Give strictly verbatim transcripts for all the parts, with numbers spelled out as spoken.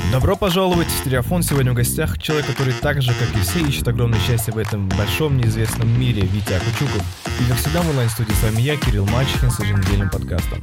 Добро пожаловать в Стереофон. Сегодня в гостях человек, который так же, как и все, ищет огромное счастье в этом большом неизвестном мире, Витя Акучуков. И как всегда в онлайн-студии с вами я, Кирилл Мачехин, с еженедельным подкастом.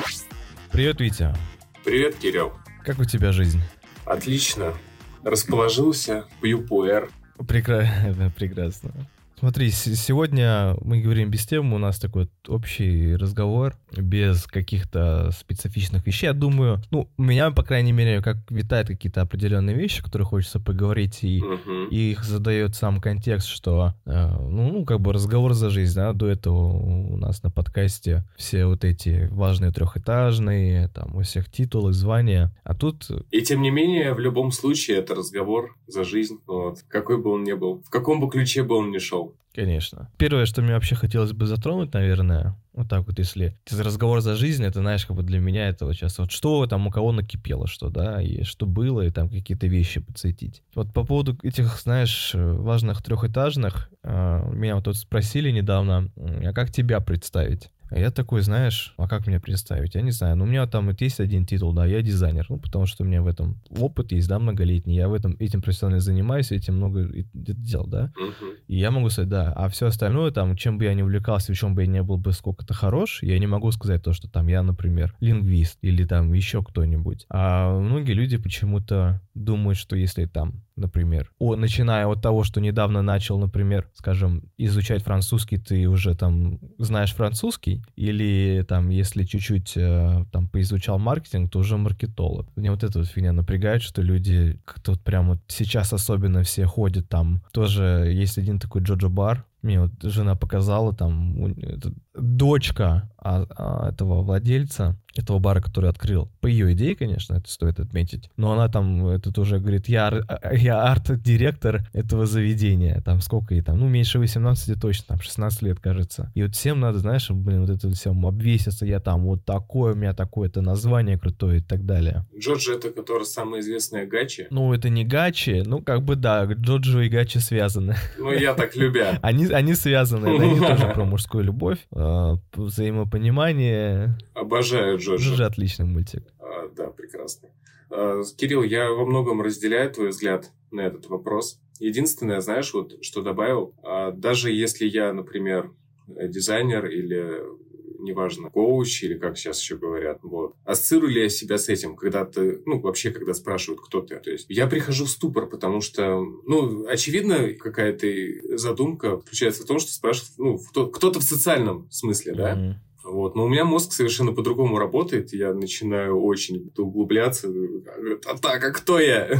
Привет, Витя. Привет, Кирилл. Как у тебя жизнь? Отлично. Расположился, пью пуэр. Прекра... Прекрасно. Смотри, сегодня мы говорим без темы, у нас такой вот общий разговор, без каких-то специфичных вещей. Я думаю, ну, у меня, по крайней мере, как витают какие-то определенные вещи, которые хочется поговорить, и, Угу. и их задает сам контекст, что, э, ну, как бы разговор за жизнь, да, до этого у нас на подкасте все вот эти важные трехэтажные, там, у всех титулы, звания, а тут... И тем не менее, в любом случае, это разговор за жизнь, вот, какой бы он ни был, в каком бы ключе бы он ни шел. Конечно. Первое, что мне вообще хотелось бы затронуть, наверное, вот так вот, если разговор за жизнь, это, знаешь, как бы для меня это вот сейчас, вот что там у кого накипело, что, да, и что было, и там какие-то вещи подсветить. Вот по поводу этих, знаешь, важных трехэтажных, меня вот тут спросили недавно, а как тебя представить? А я такой, знаешь, а как меня представить? Я не знаю, но у меня там вот есть один титул, да, я дизайнер, ну, потому что у меня в этом опыт есть, да, многолетний, я в этом, этим профессионально занимаюсь, этим много дел, да, Угу. и я могу сказать, да, а все остальное, там, чем бы я ни увлекался, в чем бы я не был бы сколько-то хорош, я не могу сказать то, что там я, например, лингвист или там еще кто-нибудь. А многие люди почему-то думают, что если там, например, о, начиная от того, что недавно начал, например, скажем, изучать французский, ты уже там знаешь французский, или там, если чуть-чуть э, там поизучал маркетинг, то уже маркетолог. Мне вот эта вот фигня напрягает, что люди как-то вот прям вот сейчас особенно все ходят там. Тоже есть один такой Джоджо Бар, мне вот жена показала, там, у- это дочка а- а этого владельца, этого бара, который открыл. По ее идее, конечно, это стоит отметить. Но она там, этот уже говорит, я, ар- а- я арт-директор этого заведения. Там сколько ей там? Ну, меньше восемнадцати точно, там шестнадцать лет, кажется. И вот всем надо, знаешь, блин, вот это всем обвеситься. Я там вот такое, у меня такое-то название крутое и так далее. Джоджи — это который самая известная гачи. Ну, это не гачи, ну, как бы да, Джоджо и гачи связаны. Ну, я так любя. Они, они связаны, да, они тоже про мужскую любовь, э, взаимопонимание. Обожаю Джоджи. Джоджо отличный мультик. А, да, прекрасно. А, Кирилл, я во многом разделяю твой взгляд на этот вопрос. Единственное, знаешь, вот что добавил, а, даже если я, например, дизайнер или, неважно, коуч, или как сейчас еще говорят, вот, ассоциирую ли я себя с этим, когда ты, ну, вообще, когда спрашивают, кто ты, то есть я прихожу в ступор, потому что, ну, очевидно, какая-то задумка включается в том, что спрашивают, ну, кто- кто-то в социальном смысле, да, Мгм. вот. Но у меня мозг совершенно по-другому работает. Я начинаю очень углубляться. А так, а кто я?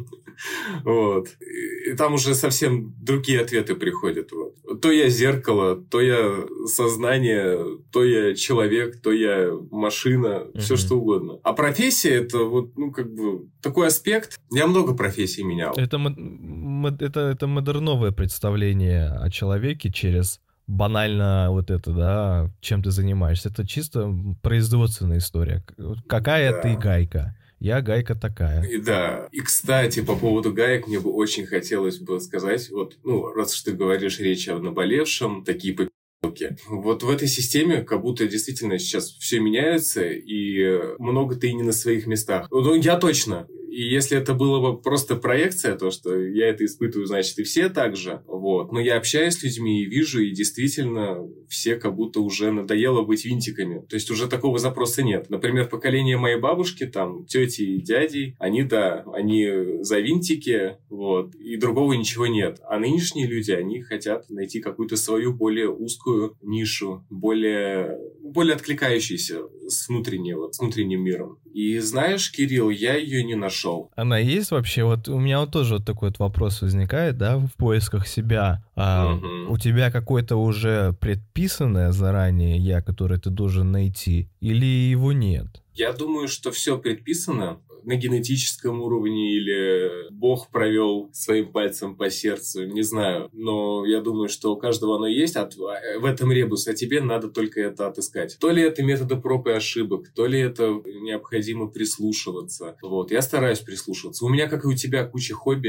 Вот. И там уже совсем другие ответы приходят. Вот. То я зеркало, то я сознание, то я человек, то я машина, все Мгм. что угодно. А профессия — это вот, ну, как бы такой аспект. Я много профессий менял. Это, мод- мод- это, это модерновое представление о человеке через банально вот это, да, чем ты занимаешься. Это чисто производственная история. К- Какая Да. ты гайка? Я гайка такая. И да. И, кстати, по поводу гаек мне бы очень хотелось бы сказать, вот, ну, раз уж ты говоришь речь о наболевшем, такие попилки. Вот в этой системе как будто действительно сейчас все меняется, и много-то и не на своих местах. Ну, я точно. И если это было бы просто проекция, то, что я это испытываю, значит, и все так же. Вот. Но я общаюсь с людьми и вижу, и действительно все как будто уже надоело быть винтиками. То есть уже такого запроса нет. Например, поколение моей бабушки, там, тети и дяди, они, да, они за винтики, вот, и другого ничего нет. А нынешние люди, они хотят найти какую-то свою более узкую нишу, более, более откликающуюся с, внутреннего, с внутренним миром. И знаешь, Кирилл, я ее не нашел. Она есть вообще? Вот у меня вот тоже вот такой вот вопрос возникает, да, в поисках себя. А, Мгм. у тебя какое-то уже предписанное заранее я, которое ты должен найти, или его нет? Я думаю, что все предписано на генетическом уровне или Бог провел своим пальцем по сердцу, не знаю. Но я думаю, что у каждого оно есть, а в этом ребус, а тебе надо только это отыскать. То ли это методы проб и ошибок, то ли это необходимо прислушиваться. Вот. Я стараюсь прислушиваться. У меня, как и у тебя, куча хобби. Вот.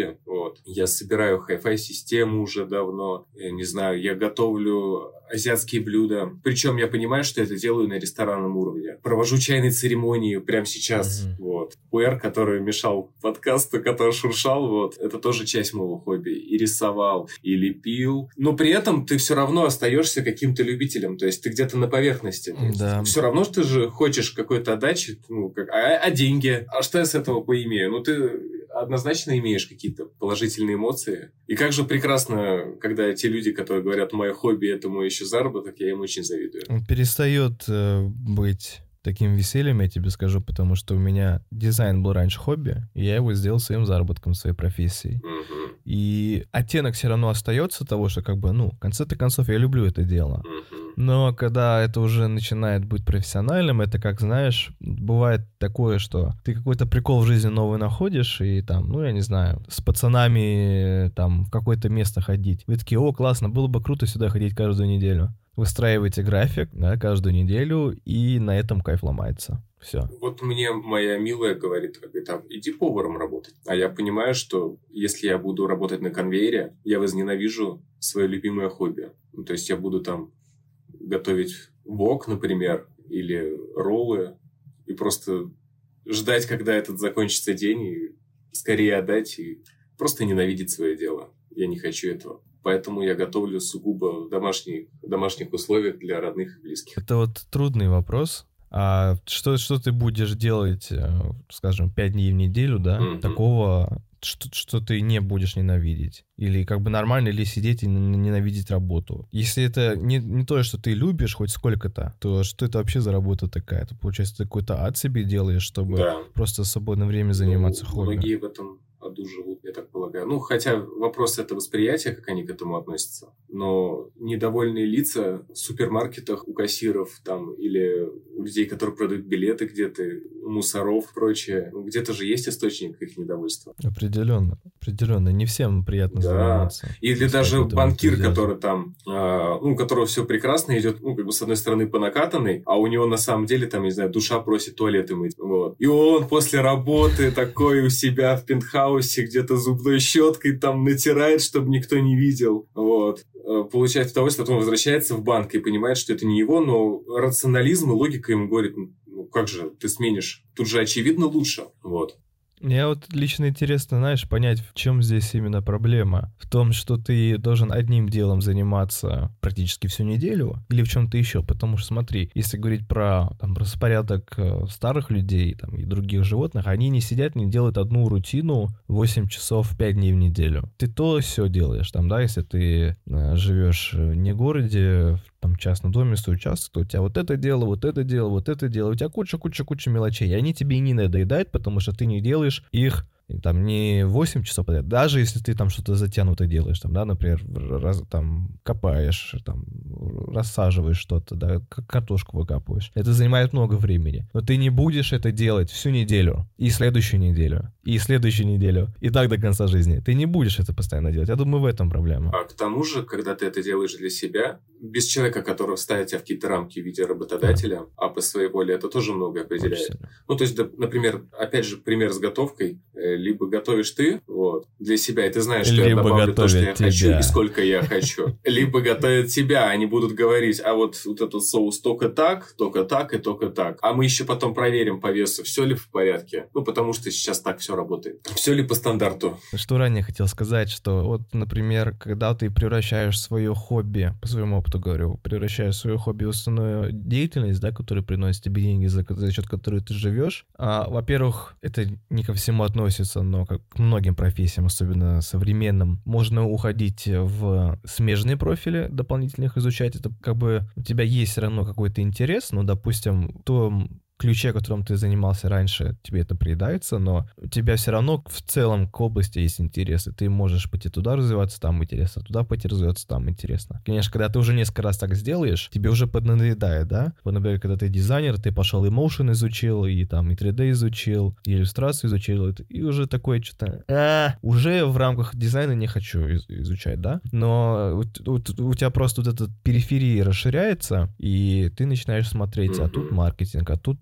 Вот. Я собираю хай-фай систему уже давно. Я не знаю, я готовлю азиатские блюда. Причем я понимаю, что это делаю на ресторанном уровне. Провожу чайные церемонии прямо сейчас. Mm-hmm. Вот. Пуэр, который мешал подкасту, который шуршал, вот, это тоже часть моего хобби. И рисовал, и лепил. Но при этом ты все равно остаешься каким-то любителем. То есть ты где-то на поверхности. Да. Все равно ты же хочешь какой-то отдачи. Ну, как, а, а деньги? А что я с этого поимею? Ну, ты однозначно имеешь какие-то положительные эмоции. И как же прекрасно, когда те люди, которые говорят, мое хобби — это мой еще заработок, я им очень завидую. Он перестает э, быть таким весельем, я тебе скажу, потому что у меня дизайн был раньше хобби, и я его сделал своим заработком, своей профессией. Uh-huh. И оттенок все равно остается того, что как бы, ну, в конце-то концов, я люблю это дело. Uh-huh. Но когда это уже начинает быть профессиональным, это, как знаешь, бывает такое, что ты какой-то прикол в жизни новый находишь, и там, ну, я не знаю, с пацанами там в какое-то место ходить. Вы такие, о, классно, было бы круто сюда ходить каждую неделю. Выстраиваете график, да, каждую неделю, и на этом кайф ломается. Все. Вот мне моя милая говорит, говорит, там, иди поваром работать. А я понимаю, что если я буду работать на конвейере, я возненавижу свое любимое хобби. Ну, то есть я буду там готовить вок, например, или роллы, и просто ждать, когда этот закончится день, и скорее отдать, и просто ненавидеть свое дело. Я не хочу этого. Поэтому я готовлю сугубо в домашних, домашних условиях для родных и близких. Это вот трудный вопрос. А что, что ты будешь делать, скажем, пять дней в неделю, да, mm-hmm. такого, что, что ты не будешь ненавидеть? Или как бы нормально ли сидеть и ненавидеть работу? Если это не, не то, что ты любишь хоть сколько-то, то что это вообще за работа такая? Это, получается, ты какой-то ад себе делаешь, чтобы да. просто в свободное время заниматься ну, хобби? Многие в этом аду живут, я так полагаю. Ну, хотя вопрос — это восприятие, как они к этому относятся. Но недовольные лица в супермаркетах у кассиров там, или у людей, которые продают билеты где-то, у мусоров и прочее, ну, где-то же есть источник их недовольства. Определенно, определенно. Не всем приятно да. заниматься. Или даже банкир, который там, э, ну, у которого все прекрасно идет, ну, как бы с одной стороны по накатанной, а у него на самом деле там, не знаю, душа просит туалеты мыть. Вот. И он после работы такой у себя в пентхаусе где-то зубной щеткой там натирает, чтобы никто не видел. Вот. Получает удовольствие, потом возвращается в банк и понимает, что это не его, но рационализм и логика ему говорит, ну как же, ты сменишь? Тут же очевидно лучше. Вот. Мне вот лично интересно, знаешь, понять, в чем здесь именно проблема. В том, что ты должен одним делом заниматься практически всю неделю, или в чем-то еще. Потому что, смотри, если говорить про там, распорядок старых людей там, и других животных, они не сидят, не делают одну рутину восемь часов пять дней в неделю. Ты то все делаешь, там, да, если ты э, живешь не в городе, там, частном доме, свой участок, то у тебя вот это дело, вот это дело, вот это дело, у тебя куча-куча-куча мелочей, и они тебе и не надоедают, потому что ты не делаешь их там не восемь часов подряд, даже если ты там что-то затянуто делаешь, там, да, например, раз, там, копаешь, там, рассаживаешь что-то, да, картошку выкапываешь. Это занимает много времени. Но ты не будешь это делать всю неделю, и следующую неделю, и следующую неделю, и так до конца жизни. Ты не будешь это постоянно делать. Я думаю, в этом проблема. А к тому же, когда ты это делаешь для себя, без человека, который ставит тебя в какие-то рамки в виде работодателя, да. а по своей воле, это тоже многое определяет. Очень. Ну, то есть, да, например, опять же, пример с готовкой. Либо готовишь ты, вот, для себя, и ты знаешь, что либо я добавлю то, что я тебя. хочу, и сколько я хочу. Либо готовят тебя, они будут говорить, а вот, вот этот соус только так, только так и только так. А мы еще потом проверим по весу, все ли в порядке. Ну, потому что сейчас так все работает. Все ли по стандарту. Что ранее хотел сказать, что вот, например, когда ты превращаешь свое хобби, по своему опыту говорю, превращаешь свое хобби в основную деятельность, да, которая приносит тебе деньги, за, за счет которой ты живешь, а, во-первых, это не ко всему относится, но как к многим профессиям, особенно современным, можно уходить в смежные профили, дополнительных изучать. Это как бы у тебя есть все равно какой-то интерес, но, допустим, то ключе, которым ты занимался раньше, тебе это приедается, но у тебя все равно в целом к области есть интерес, и ты можешь пойти туда развиваться, там интересно, туда пойти развиваться, там интересно. Конечно, когда ты уже несколько раз так сделаешь, тебе уже поднадоедает, да? Вот, например, когда ты дизайнер, ты пошел и motion изучил, и там и три дэ изучил, и иллюстрацию изучил, и уже такое что-то... А, уже в рамках дизайна не хочу из- изучать, да? Но у, у, у тебя просто вот эта периферия расширяется, и ты начинаешь смотреть, mm-hmm. а тут маркетинг, а тут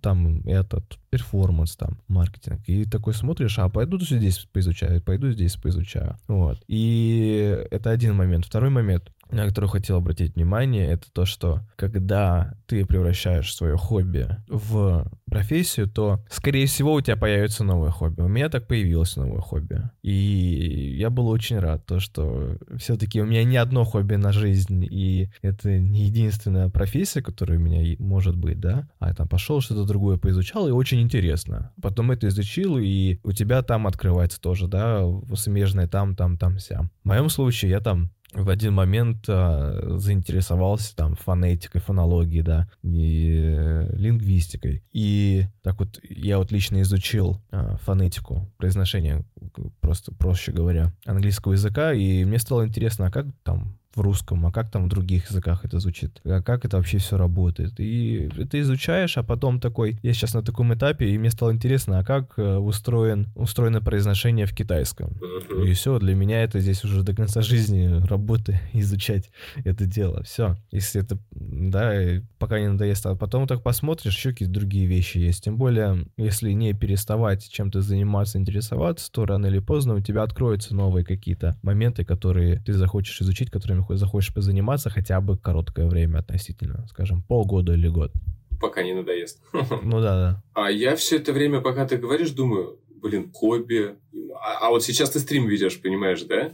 там этот, перформанс, там, маркетинг. И такой смотришь, а пойду здесь поизучаю, пойду здесь поизучаю. Вот. И это один момент. Второй момент, на который хотел обратить внимание, это то, что когда ты превращаешь свое хобби в профессию, то, скорее всего, у тебя появится новое хобби. У меня так появилось новое хобби. И я был очень рад, то, что все-таки у меня не одно хобби на жизнь, и это не единственная профессия, которая у меня может быть, да, а я там пошел, что-то другое поизучал, и очень интересно. Потом это изучил, и у тебя там открывается тоже, да, смежное там, там, там, сям. В моем случае я там в один момент а, заинтересовался там фонетикой, фонологией, да, и э, лингвистикой. И так вот я вот лично изучил а, фонетику, произношение, просто проще говоря, английского языка, и мне стало интересно, а как там в русском, а как там в других языках это звучит, а как это вообще все работает. И ты изучаешь, а потом такой, я сейчас на таком этапе, и мне стало интересно, а как устроен, устроено произношение в китайском. Uh-huh. И все, для меня это здесь уже до конца жизни работы изучать это дело. Все. Если это, да, пока не надоест, а потом так посмотришь, еще какие-то другие вещи есть. Тем более, если не переставать чем-то заниматься, интересоваться, то рано или поздно у тебя откроются новые какие-то моменты, которые ты захочешь изучить, которыми захочешь позаниматься хотя бы короткое время относительно, скажем, полгода или год. Пока не надоест. Ну да, да. А я все это время, пока ты говоришь, думаю, блин, хобби. А, а вот сейчас ты стрим ведешь, понимаешь, да?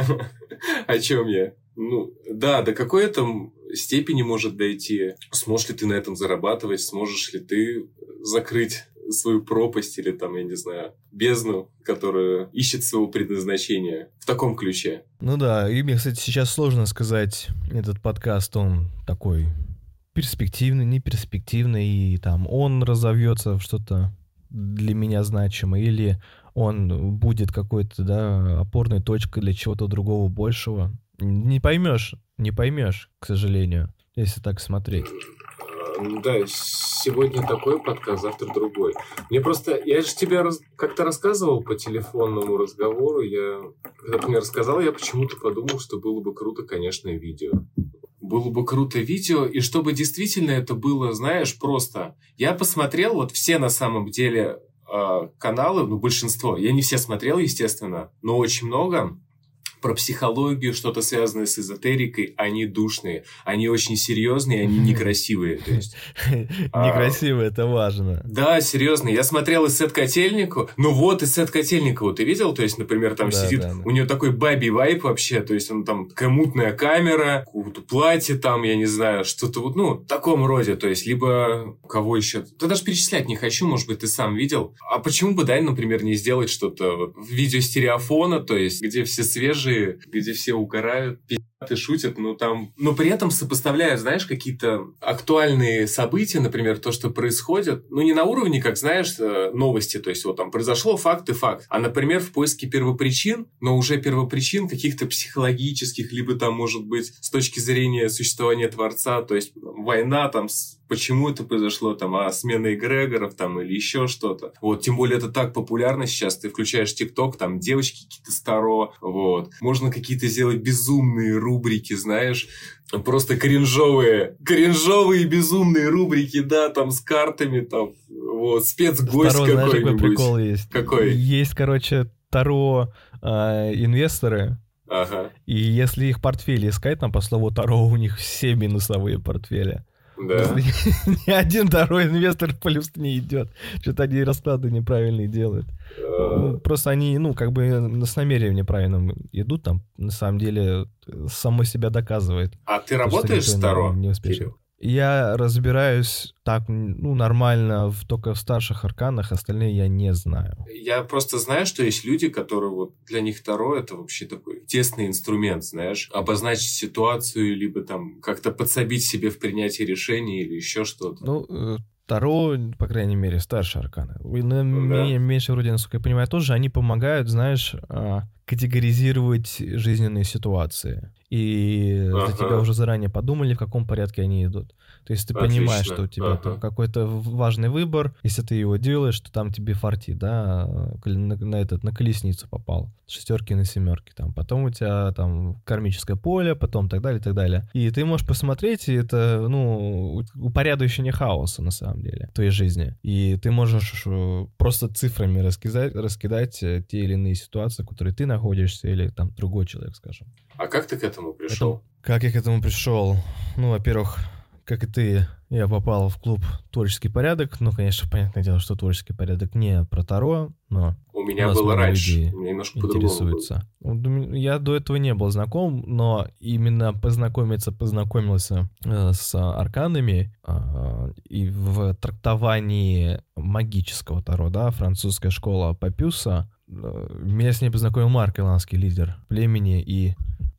О чем я? Ну, да, до какой там степени может дойти? Сможешь ли ты на этом зарабатывать? Сможешь ли ты закрыть свою пропасть или там, я не знаю, бездну, которая ищет своего предназначения в таком ключе? Ну да, и мне, кстати, сейчас сложно сказать, этот подкаст, он такой перспективный, не перспективный, и там он разовьется в что-то для меня значимое, или он будет какой-то, да, опорной точкой для чего-то другого большего. Не поймешь, не поймешь, к сожалению, если так смотреть. Да, сегодня такой подкаст, завтра другой. Мне просто... Я же тебе раз, как-то рассказывал по телефонному разговору. Я, когда ты мне рассказал, я почему-то подумал, что было бы круто, конечно, видео. Было бы круто видео, и чтобы действительно это было, знаешь, просто... Я посмотрел, вот все на самом деле э, каналы, ну, большинство. Я не все смотрел, естественно, но очень много... про психологию, что-то связанное с эзотерикой, они душные, они очень серьезные, они некрасивые. Некрасивые, это важно. Да, серьезно. Я смотрел Исет Котельникову. Ну вот, Исет Котельникову ты видел? То есть, например, там сидит, у нее такой бабий вайп вообще, то есть, он там такая мутная камера, платье там, я не знаю, что-то вот, ну, в таком роде. То есть, либо кого еще? Да даже перечислять не хочу, может быть, ты сам видел. А почему бы, да, например, не сделать что-то в видео стереофона, то есть, где все свежие, где все угорают, пи***т и шутят, но там... Но при этом сопоставляют, знаешь, какие-то актуальные события, например, то, что происходит, ну, не на уровне, как, знаешь, новости, то есть, вот там произошло факт и факт, а, например, в поиске первопричин, но уже первопричин каких-то психологических, либо там, может быть, с точки зрения существования Творца, то есть, война там... Почему это произошло, там, а смена эгрегоров, там, или еще что-то. Вот, тем более, это так популярно сейчас. Ты включаешь ТикТок, там, девочки какие-то старо, вот. Можно какие-то сделать безумные рубрики, знаешь, просто кринжовые, кринжовые безумные рубрики, да, там, с картами, там, вот, спецгость Таро, какой-нибудь. Знаешь, какой прикол есть? Какой? Есть, короче, Таро э, инвесторы. Ага. И если их портфели искать, там, по слову Таро, у них все минусовые портфели. Да. Ни один второй инвестор в плюс не идет. Что-то они расклады неправильные делают. Ну, просто они, ну, как бы с намерением неправильным идут, там, на самом деле, само себя доказывает. А ты работаешь с Таро? Не успешен. Я разбираюсь так, ну, нормально в, только в старших арканах, остальные я не знаю. Я просто знаю, что есть люди, которые вот для них Таро это вообще такой тесный инструмент, знаешь, обозначить ситуацию, либо там как-то подсобить себе в принятии решений или еще что-то. Ну, Таро, по крайней мере, старшие арканы. На да. меньше, вроде, насколько я понимаю, тоже они помогают, знаешь, категоризировать жизненные ситуации. И Ага. за тебя уже заранее подумали, в каком порядке они идут. То есть ты Отлично. понимаешь, что у тебя Ага. там какой-то важный выбор, если ты его делаешь, то там тебе фартит, да, на, на этот, на колесницу попал, шестерки на семерки, там, потом у тебя там кармическое поле, потом так далее, так далее. И ты можешь посмотреть, и это, ну, упорядочение хаоса, на самом деле, в твоей жизни. И ты можешь просто цифрами раскидать, раскидать те или иные ситуации, в которых ты находишься, или там другой человек, скажем. А как ты к этому пришел? Это, как я к этому пришел? Ну, во-первых, как и ты, я попал в клуб «Творческий порядок». Ну, конечно, понятное дело, что «Творческий порядок» не про Таро, но... У меня у нас было много раньше, людей у меня немножко по-другому было. интересуется. Я до этого не был знаком, но именно познакомиться, познакомился э, с арканами э, и в трактовании магического Таро, да, французская школа Папюса. Э, меня с ней познакомил Марк, ирландский лидер племени, и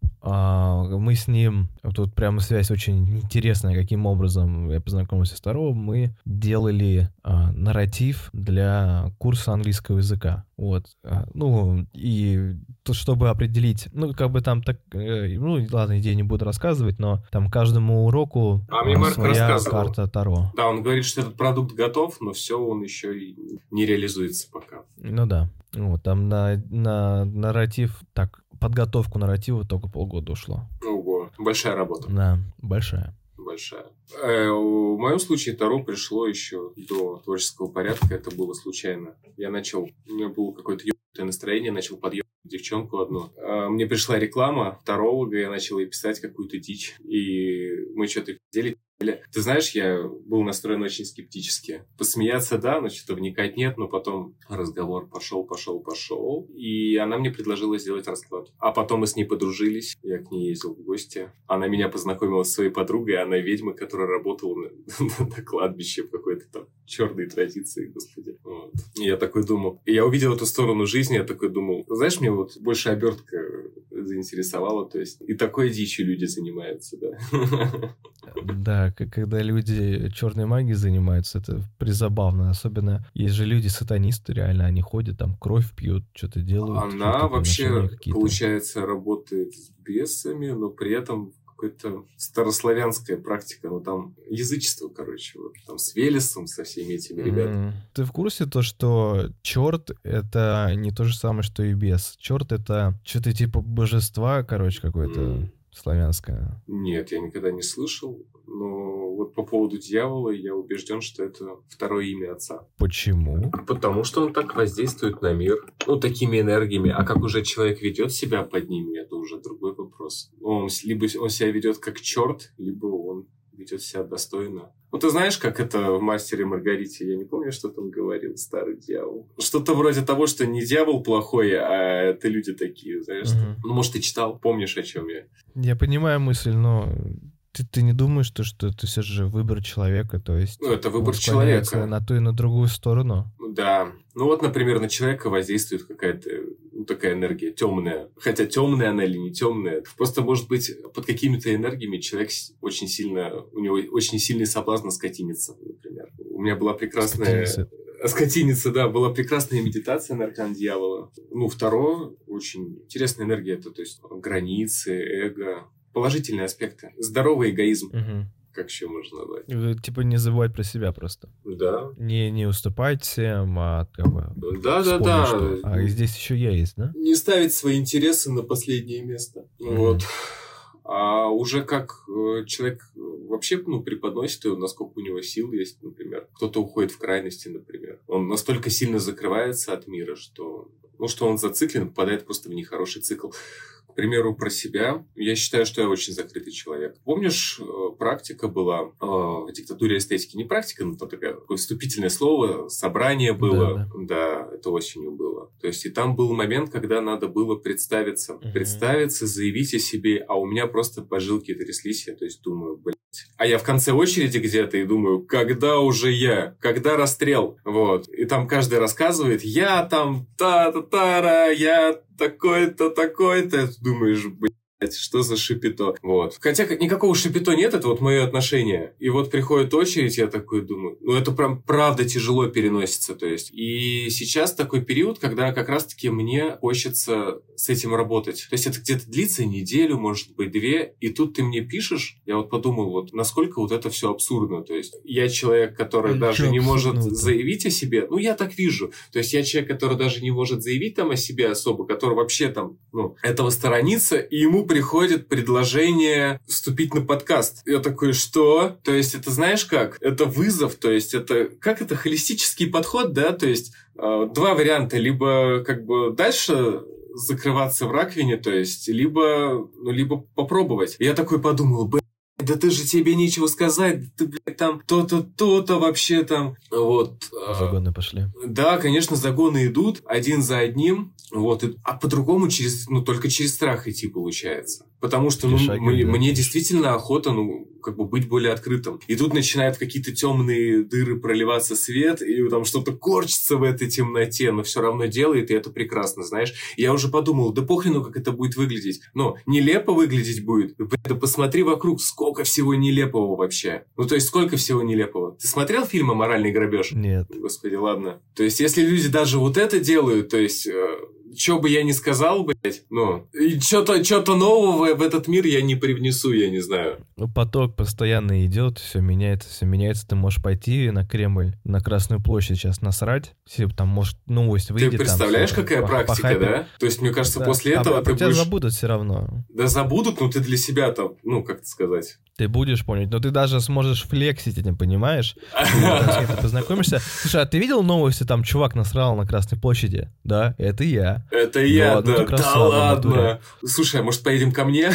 Uh, мы с ним, тут прямо связь очень интересная, каким образом я познакомился с Таро. Мы делали uh, нарратив для курса английского языка. Вот. Uh, ну, и то, чтобы определить, ну, как бы там так, э, ну, ладно, идею не буду рассказывать, но там каждому уроку а мне uh, Марк своя рассказывал. карта Таро. Да, он говорит, что этот продукт готов, но все, он еще и не реализуется пока. Ну да. Вот, там на, на нарратив, так, подготовку нарратива только полгода ушло. Ого, большая работа. Да, большая. Большая. Э, в моем случае Таро пришло еще до творческого порядка, это было случайно. Я начал, у меня было какое-то ебанутое настроение, начал подъебать девчонку одну. Э, мне пришла реклама таролога, я начал ей писать какую-то дичь, и мы что-то пиздели. Ты знаешь, я был настроен очень скептически. Посмеяться, да, но что-то вникать нет, но потом разговор пошел, пошел, пошел, и она мне предложила сделать расклад. А потом мы с ней подружились, я к ней ездил в гости. Она меня познакомила с своей подругой, она ведьма, которая работала на, на кладбище в какой-то там черной традиции, господи. Вот. И я такой думал, и я увидел эту сторону жизни, я такой думал, знаешь, мне вот больше обертка заинтересовала, то есть и такой дичью люди занимаются, да. Да, когда люди черной магией занимаются, это призабавно. Особенно есть же люди-сатанисты, реально, они ходят, там кровь пьют, что-то делают. Она вообще, получается, работает с бесами, но при этом какая-то старославянская практика, ну там язычество, короче, вот там с Велесом, со всеми этими ребятами. Mm. Ты в курсе то, что черт — это не то же самое, что и бес? Черт — это что-то типа божества, короче, какое-то mm. славянское. Нет, я никогда не слышал, но вот по поводу дьявола я убежден, что это второе имя отца. Почему? Потому что он так воздействует на мир, ну, такими энергиями. А как уже человек ведет себя под ними, это уже другой вопрос. Он, либо он себя ведет как черт, либо он ведет себя достойно. Ну, ты знаешь, как это в «Мастере и Маргарите»? Я не помню, что там говорил старый дьявол. Что-то вроде того, что не дьявол плохой, а это люди такие, знаешь. Uh-huh. Ну, может, ты читал, помнишь, о чем я? Я понимаю мысль, но... Ты, ты не думаешь, что, что это все же выбор человека, то есть... Ну, это выбор человека. На ту и на другую сторону. Да. Ну, вот, например, на человека воздействует какая-то ну, такая энергия темная. Хотя темная она или не темная. Просто, может быть, под какими-то энергиями человек очень сильно... У него очень сильный соблазн скотиниться, например. У меня была прекрасная... Скотиниться. Скотиница, да, была прекрасная медитация на аркан дьявола. Ну, второе, очень интересная энергия, это, то есть, границы, эго... Положительные аспекты. Здоровый эгоизм. Угу. Как еще можно назвать? Типа не забывать про себя просто. Да. Не, не уступать всем, а как бы... Да, да, да. Что, а здесь еще я есть, да? Не ставить свои интересы на последнее место. Mm-hmm. Вот. А уже как человек вообще ну, преподносит его, насколько у него сил есть, например. Кто-то уходит в крайности, например. Он настолько сильно закрывается от мира, что, ну, что он зациклен, попадает просто в нехороший цикл. К примеру, про себя. Я считаю, что я очень закрытый человек. Помнишь, практика была э, в диктатуре эстетики? Не практика, но то такое, такое вступительное слово, собрание было. Да, да. Да, это осенью было. То есть, и там был момент, когда надо было представиться. Uh-huh. Представиться, заявить о себе, а у меня просто поджилки тряслись. Я то есть думаю, блядь. А я в конце очереди где-то и думаю, когда уже я? Когда расстрел? Вот. И там каждый рассказывает, я там та-та-та-ра, я такой-то, такой-то. Думаешь, блядь, что за шипито. Вот. Хотя никакого шипито нет, это вот мое отношение. И вот приходит очередь, я такой думаю, ну это прям правда тяжело переносится. То есть. И сейчас такой период, когда как раз-таки мне хочется с этим работать. То есть это где-то длится неделю, может быть, две. И тут ты мне пишешь, я вот подумал, вот насколько вот это все абсурдно. То есть я человек, который И даже не может абсурдно-то? заявить о себе. Ну, я так вижу. То есть я человек, который даже не может заявить там о себе особо, который вообще там, ну, этого сторонится, и ему приходит предложение вступить на подкаст. Я такой, что? То есть это знаешь как? Это вызов, то есть это, как это, холистический подход, да? То есть э, два варианта. Либо как бы дальше закрываться в раковине, то есть, либо, ну, либо попробовать. И я такой подумал, блядь, да ты же тебе нечего сказать, ты, блядь, там то-то, то-то вообще там, вот. Загоны пошли. Да, конечно, загоны идут один за одним, вот, и, а по-другому через, ну, только через страх идти получается. Потому что, ну, Шаги, мне, да. мне действительно охота, ну, как бы быть более открытым. И тут начинают какие-то темные дыры проливаться свет, и там что-то корчится в этой темноте, но все равно делает, и это прекрасно, знаешь. Я уже подумал, да похрену, как это будет выглядеть. Но нелепо выглядеть будет. Да посмотри вокруг, сколько всего нелепого вообще. Ну, то есть, сколько всего нелепого. Ты смотрел фильм «Моральный грабеж»? Нет. Господи, ладно. То есть, если люди даже вот это делают, то есть... Что бы я ни сказал, блядь, ну, и что-то, что-то нового в этот мир я не привнесу, я не знаю. Ну, поток постоянно идет, все меняется, все меняется. Ты можешь пойти на Кремль, на Красную площадь сейчас насрать. Все там, может, новость выйдет. Ты представляешь, там, какая по, практика, по да? То есть, мне кажется, да. после а, этого а ты тебя будешь... забудут все равно. Да забудут, но ты для себя там, ну, как это сказать... Ты будешь помнить, но ты даже сможешь флексить этим, понимаешь? Ты там с кем-то познакомишься. Слушай, а ты видел новости, там чувак насрал на Красной площади? Да, это я. Это я, ну, да, да, да ладно. Слушай, а может поедем ко мне?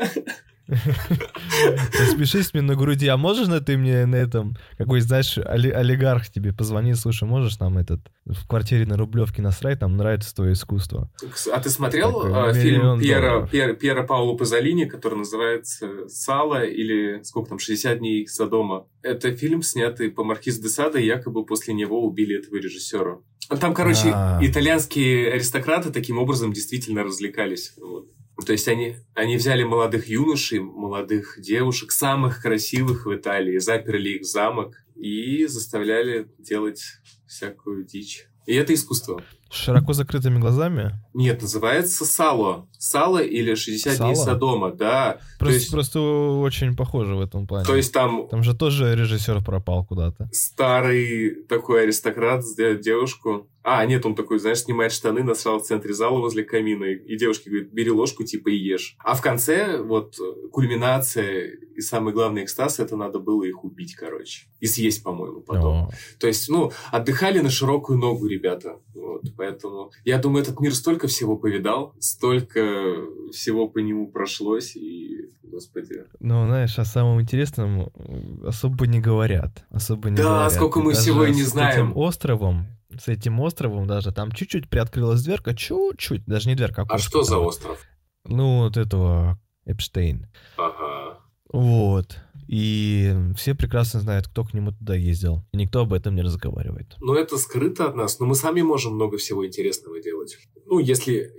Распишись мне на груди, а можешь на ты мне на этом, какой, знаешь, оли- олигарх тебе позвонит, слушай, можешь нам этот в квартире на Рублевке насрать, нам нравится твое искусство. А ты смотрел Такой а, фильм Пьера, долларов. Пьера, Пьера Паоло Пазолини, который называется «Сало» или сколько там, шестьдесят дней Содома? Это фильм, снятый по Маркиз де Садо, и якобы после него убили этого режиссера. Там, короче, А. итальянские аристократы таким образом действительно развлекались. Вот. То есть они, они взяли молодых юношей, молодых девушек, самых красивых в Италии, заперли их в замок и заставляли делать всякую дичь. И это искусство. С широко закрытыми глазами? Нет, называется «Сало». «Сало» или «шестьдесят Сало? дней Содома», да. Просто, то есть, просто очень похоже в этом плане. то есть там Там же тоже режиссер пропал куда-то. старый такой аристократ сделает девушку. А, нет, он такой, знаешь, снимает штаны, насрал в центре зала возле камина, и девушке говорит, бери ложку, типа, и ешь. А в конце, вот, кульминация и самый главный экстаз, это надо было их убить, короче. И съесть, по-моему, потом. О. То есть, ну, отдыхали на широкую ногу, ребята. Вот, поэтому, я думаю, этот мир столько всего повидал, столько всего по нему прошлось, и, господи. Ну, знаешь, о самом интересном особо не говорят. Особо не Да, говорят. сколько мы Даже всего и не с знаем. этим островом, с этим островом даже, там чуть-чуть приоткрылась дверка, чуть-чуть, даже не дверка, А окошко что за там. остров? Ну, вот этого Эпштейн. Ага. Вот. И все прекрасно знают, кто к нему туда ездил. И никто об этом не разговаривает. Ну, это скрыто от нас, но мы сами можем много всего интересного делать. Ну, если...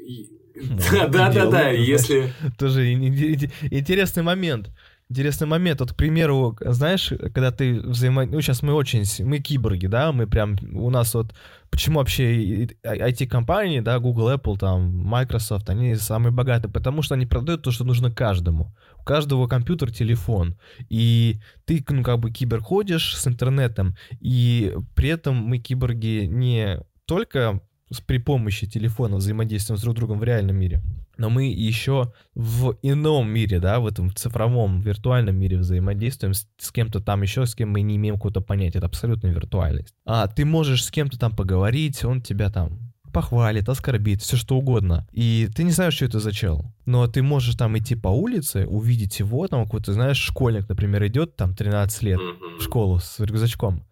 Да, да, да, да, если... Тоже интересный момент. Интересный момент. Вот, к примеру, знаешь, когда ты взаимо... Ну, сейчас мы очень... Мы киборги, да? Мы прям... У нас вот... Почему вообще ай ти-компании, да, Google, Apple, там, Microsoft, они самые богатые? Потому что они продают то, что нужно каждому. У каждого компьютер, телефон. И ты, ну, как бы кибер ходишь с интернетом, и при этом мы, киборги, не только при помощи телефона взаимодействуем с друг другом в реальном мире, но мы еще в ином мире, да, в этом цифровом, виртуальном мире взаимодействуем с, с кем-то там еще, с кем мы не имеем какого-то понятия. Это абсолютная виртуальность. А ты можешь с кем-то там поговорить, он тебя там похвалит, оскорбит, все что угодно. И ты не знаешь, что это за чел. Но ты можешь там идти по улице, увидеть его, там какой-то, знаешь, школьник, например, идет там тринадцать лет в школу с рюкзачком.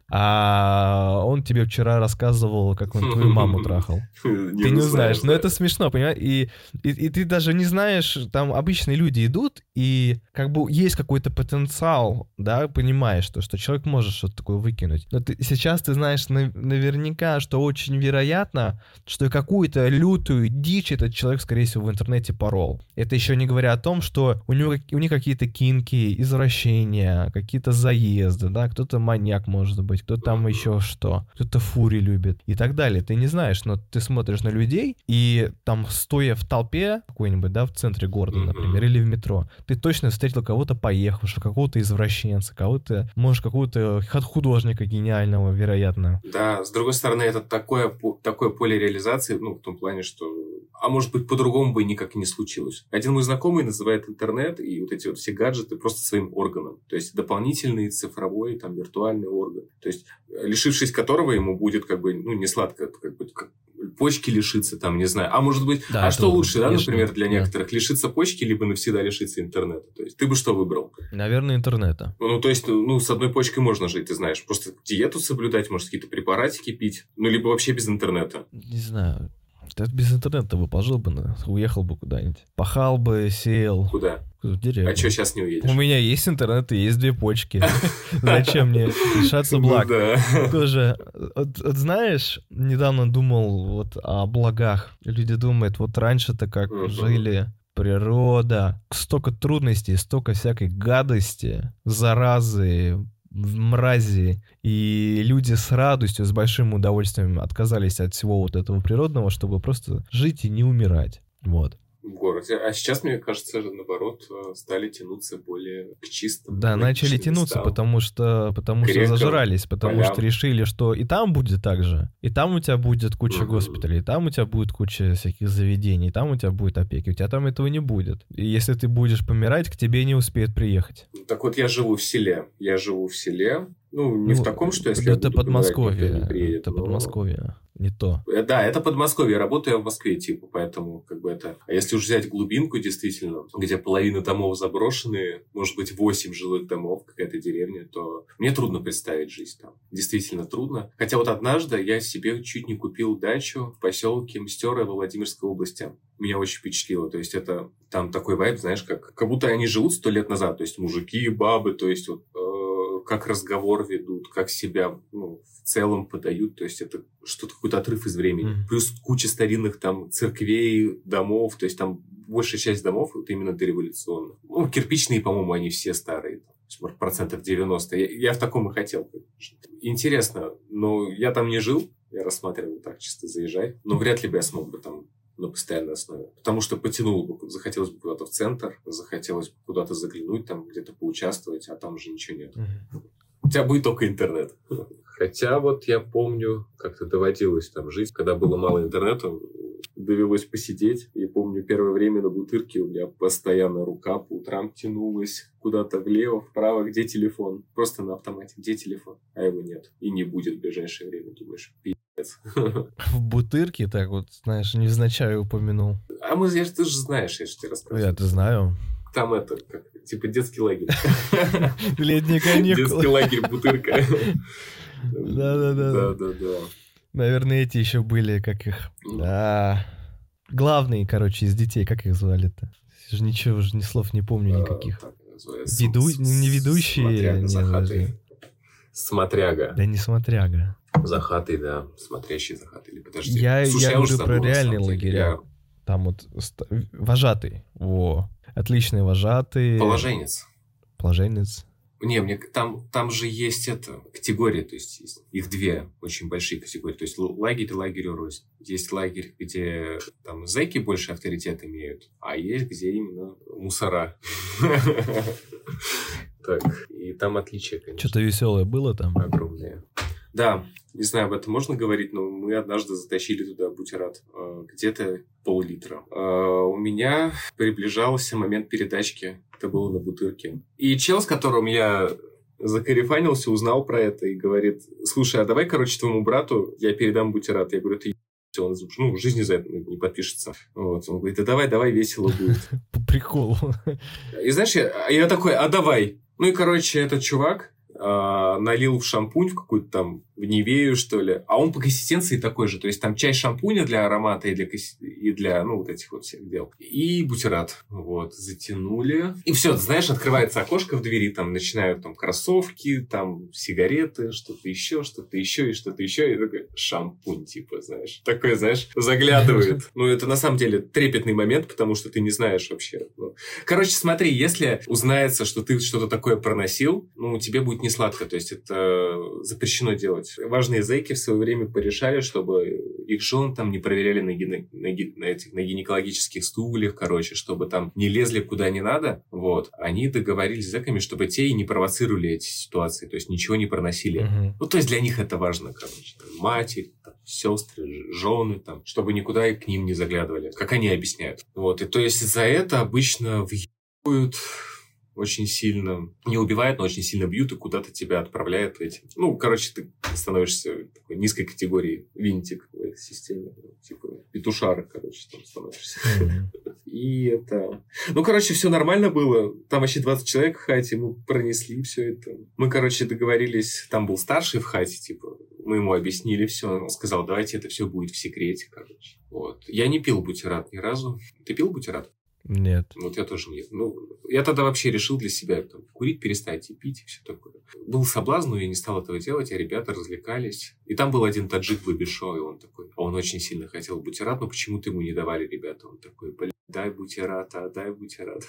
а он тебе вчера рассказывал, как он твою маму трахал. Ты не узнаешь. Но это смешно, понимаешь? И, и, и ты даже не знаешь, там обычные люди идут, и как бы есть какой-то потенциал, да, понимаешь, что, что человек может что-то такое выкинуть. Но ты, сейчас ты знаешь на, наверняка, что очень вероятно, что какую-то лютую дичь этот человек, скорее всего, в интернете порол. Это еще не говоря о том, что у него у них какие-то кинки, извращения, какие-то заезды, да, кто-то маньяк может быть, кто-то там еще что, кто-то фури любит и так далее. Ты не знаешь, но ты смотришь на людей, и там, стоя в толпе какой-нибудь, да, в центре города, например, или в метро, ты точно встретил кого-то поехавшего, какого-то извращенца, кого-то, может, какого-то художника гениального, вероятно. Да, с другой стороны, это такое, такое поле реализации, ну, в том плане, что... А может быть, по-другому бы никак и не случилось. Один мой знакомый называет интернет и вот эти вот все гаджеты просто своим органом. То есть, дополнительный цифровой, там, виртуальный орган. То есть, лишившись которого ему будет, как бы, ну, не сладко, как бы, как почки лишиться, там, не знаю. А может быть, да, а что лучше, да, например, для некоторых? Да. Лишиться почки, либо навсегда лишиться интернета? То есть, ты бы что выбрал? Наверное, интернета. Ну, то есть, ну, с одной почкой можно жить, ты знаешь. Просто диету соблюдать, может, какие-то препаратики пить. Ну, либо вообще без интернета. Не знаю. Ты без интернета бы пожил бы, уехал бы куда-нибудь. Пахал бы, сеял. Куда? В деревню. А что, сейчас не уедешь? У меня есть интернет и есть две почки. Зачем мне лишаться благ? Тоже, вот знаешь, недавно думал вот о благах. Люди думают, вот раньше-то как жили... Природа, столько трудностей, столько всякой гадости, заразы, мрази, и люди с радостью, с большим удовольствием отказались от всего вот этого природного, чтобы просто жить и не умирать. Вот. В городе. А сейчас, мне кажется, наоборот, стали тянуться более к чистым. Да, начали тянуться, местам. потому что потому Грекам, что зажрались, потому полям. Что решили, что и там будет так же. И там у тебя будет куча mm-hmm. госпиталей, и там у тебя будет куча всяких заведений, и там у тебя будет опеки. У тебя там этого не будет. И если ты будешь помирать, к тебе не успеют приехать. Так вот, я живу в селе. Я живу в селе. Ну, не ну, в таком, что если это Подмосковье. Приедет, это но... Подмосковье. Не то. Да, это Подмосковье. Я работаю в Москве, типа, поэтому как бы это... А если уж взять глубинку, действительно, где половина домов заброшены, может быть, восемь жилых домов, какая-то деревня, то мне трудно представить жизнь там. Действительно трудно. Хотя вот однажды я себе чуть не купил дачу в поселке Мстёры во Владимирской области. Меня очень впечатлило. То есть это там такой вайб, знаешь, как, как будто они живут сто лет назад. То есть мужики, бабы, то есть вот... как разговор ведут, как себя ну, в целом подают. То есть, это что-то, какой-то отрыв из времени. Mm. Плюс куча старинных там церквей, домов. То есть, там большая часть домов вот именно дореволюционных. Ну, кирпичные, по-моему, они все старые. Может, процентов девяносто. Я, я в таком и хотел, конечно. Интересно, но я там не жил. Я рассматривал так, чисто заезжать. Но вряд ли бы я смог бы там на постоянной основе. Потому что потянуло бы, захотелось бы куда-то в центр, захотелось бы куда-то заглянуть, там где-то поучаствовать, а там уже ничего нет. Mm-hmm. У тебя будет только интернет. Хотя вот я помню, как-то доводилось там жить, когда было мало интернета, довелось посидеть. Я помню, первое время на Бутырке у меня постоянно рука по утрам тянулась куда-то влево, вправо, где телефон. Просто на автомате, где телефон, а его нет. И не будет в ближайшее время, думаешь, пи***ц. В Бутырке, так вот, знаешь, невзначай упомянул. А мы, я, ты же знаешь, я же тебе рассказывал. Я-то знаю. Там это, как, типа детский лагерь. Летние каникулы. Детский лагерь Бутырка. Да-да-да. Да-да-да. Наверное, эти еще были, как их... А, главные, короче, из детей, как их звали-то? Я же ничего, уже ни слов не помню никаких. Веду... Не ведущие. Захатый. Смотряга. Да не смотряга. Захатый, да. Смотрящий захатый. Или подожди. Я, Слушай, я, я говорю уже про забыл, реальные лагеря. Я... Там вот ст... вожатый. Во. Отличный вожатый. Положенец. Положенец. Не, мне там, там же есть это, категории, то есть, есть их две очень большие категории. То есть лагерь и лагерь рознь. Есть лагерь, где там зэки больше авторитет имеют, а есть где именно мусора. Так, и там отличия, конечно. Что-то веселое было там? Огромные. Да, не знаю, об этом можно говорить, но мы однажды затащили туда бутерат. Где-то пол-литра. У меня приближался момент передачки. Это было на Бутырке. И чел, с которым я закарифанился, узнал про это и говорит: слушай, а давай, короче, твоему брату я передам бутерат. Я говорю: ты еб***ь, он ну, в жизни за это не подпишется. Вот. Он говорит: да давай, давай, весело будет. По приколу. И знаешь, я, я такой: а давай. Ну и, короче, этот чувак налил в шампунь в какую-то там, в Нивею, что ли, а он по консистенции такой же. То есть там часть шампуня для аромата и для, и для ну, вот этих вот всех дел. И бутерат. Вот, затянули. И все, знаешь, открывается окошко в двери, там начинают там кроссовки, там сигареты, что-то еще, что-то еще и что-то еще. И такой шампунь, типа, знаешь. Такой, знаешь, заглядывает. Ну, это на самом деле трепетный момент, потому что ты не знаешь вообще. Ну. Короче, смотри, если узнается, что ты что-то такое проносил, ну, тебе будет не сладко. То есть это запрещено делать. Важные зэки в свое время порешали, чтобы их жен там не проверяли на, ген... на, ген... на, этих... на гинекологических стульях, короче, чтобы там не лезли куда не надо. Вот. Они договорились с зэками, чтобы те и не провоцировали эти ситуации. То есть ничего не проносили. Uh-huh. Ну, то есть для них это важно, короче. Там, матери, там, сестры, жены, там, чтобы никуда к ним не заглядывали. Как они объясняют. Вот. И то есть за это обычно въебывают очень сильно, не убивают, но очень сильно бьют и куда-то тебя отправляют этим. Ну, короче, ты становишься такой низкой категории винтик в этой системе. Типа петушара, короче, там становишься. Mm-hmm. И это... Ну, короче, все нормально было. Там вообще двадцать человек в хате, мы пронесли все это. Мы, короче, договорились, там был старший в хате, типа, мы ему объяснили все. Он сказал, давайте это все будет в секрете, короче. Вот. Я не пил бутерат ни разу. Ты пил бутерат? Нет. Вот я тоже нет. Ну, я тогда вообще решил для себя там, курить, перестать и пить, и все такое. Был соблазн, но я не стал этого делать, а ребята развлекались. И там был один таджик в Бабишо, и он такой, а он очень сильно хотел бутерат, но почему-то ему не давали ребята. Он такой, блин, дай бутерат, а дай бутерат.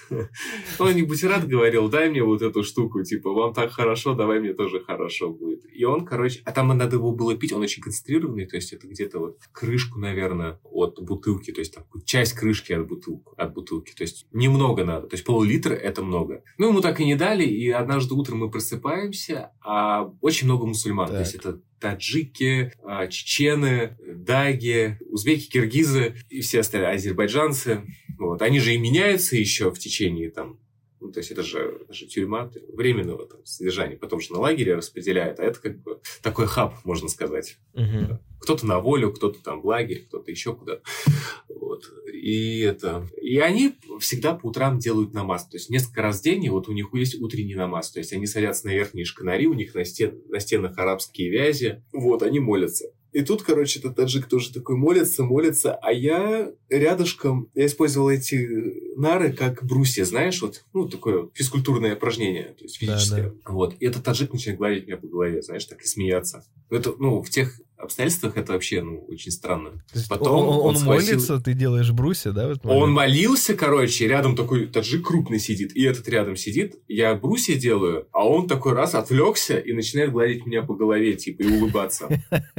Он не бутерат говорил, дай мне вот эту штуку, типа, вам так хорошо, давай мне тоже хорошо будет. И он, короче, а там надо его было пить, он очень концентрированный, то есть это где-то вот крышку, наверное, от бутылки, то есть там часть крышки от бутылки, от бутылки, то есть немного надо, то есть пол-литра это много. Ну, ему так и не дали, и однажды утром мы просыпаемся, а очень много мусульман, так. То есть это таджики, чечены, даги, узбеки, киргизы и все остальные, азербайджанцы. Вот. Они же и меняются еще в течение там, ну, то есть это же, это же тюрьма временного там, содержания, потом же на лагере распределяют, а это как бы такой хаб, можно сказать. Uh-huh. Да. Кто-то на волю, кто-то там в лагерь, кто-то еще куда-то. Вот. И это... И они всегда по утрам делают намаз. То есть несколько раз в день, и вот у них есть утренний намаз. То есть они садятся на верхние шканари, у них на, стен... на стенах арабские вязи. Вот, они молятся. И тут, короче, этот таджик тоже такой молится, молится, а я рядышком, я использовал эти нары как брусья, знаешь, вот, ну, такое физкультурное упражнение, то есть физическое. Да, да. Вот, и этот таджик начинает гладить меня по голове, знаешь, так и смеяться. Это, ну, в тех обстоятельствах это вообще, ну, очень странно. Потом он, он, он схватил... молится, ты делаешь брусья, да? Он молился, короче, рядом такой таджик крупный сидит, и этот рядом сидит, я брусья делаю, а он такой раз отвлекся и начинает гладить меня по голове, типа, и улыбаться.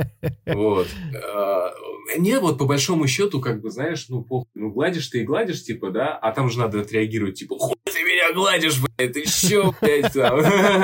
Вот. Не, вот по большому счету, как бы, знаешь, ну, похуй, ну, гладишь ты и гладишь, типа, да, а там же надо отреагировать, типа, хуй ты меня гладишь, блядь, ты чё, блядь, там?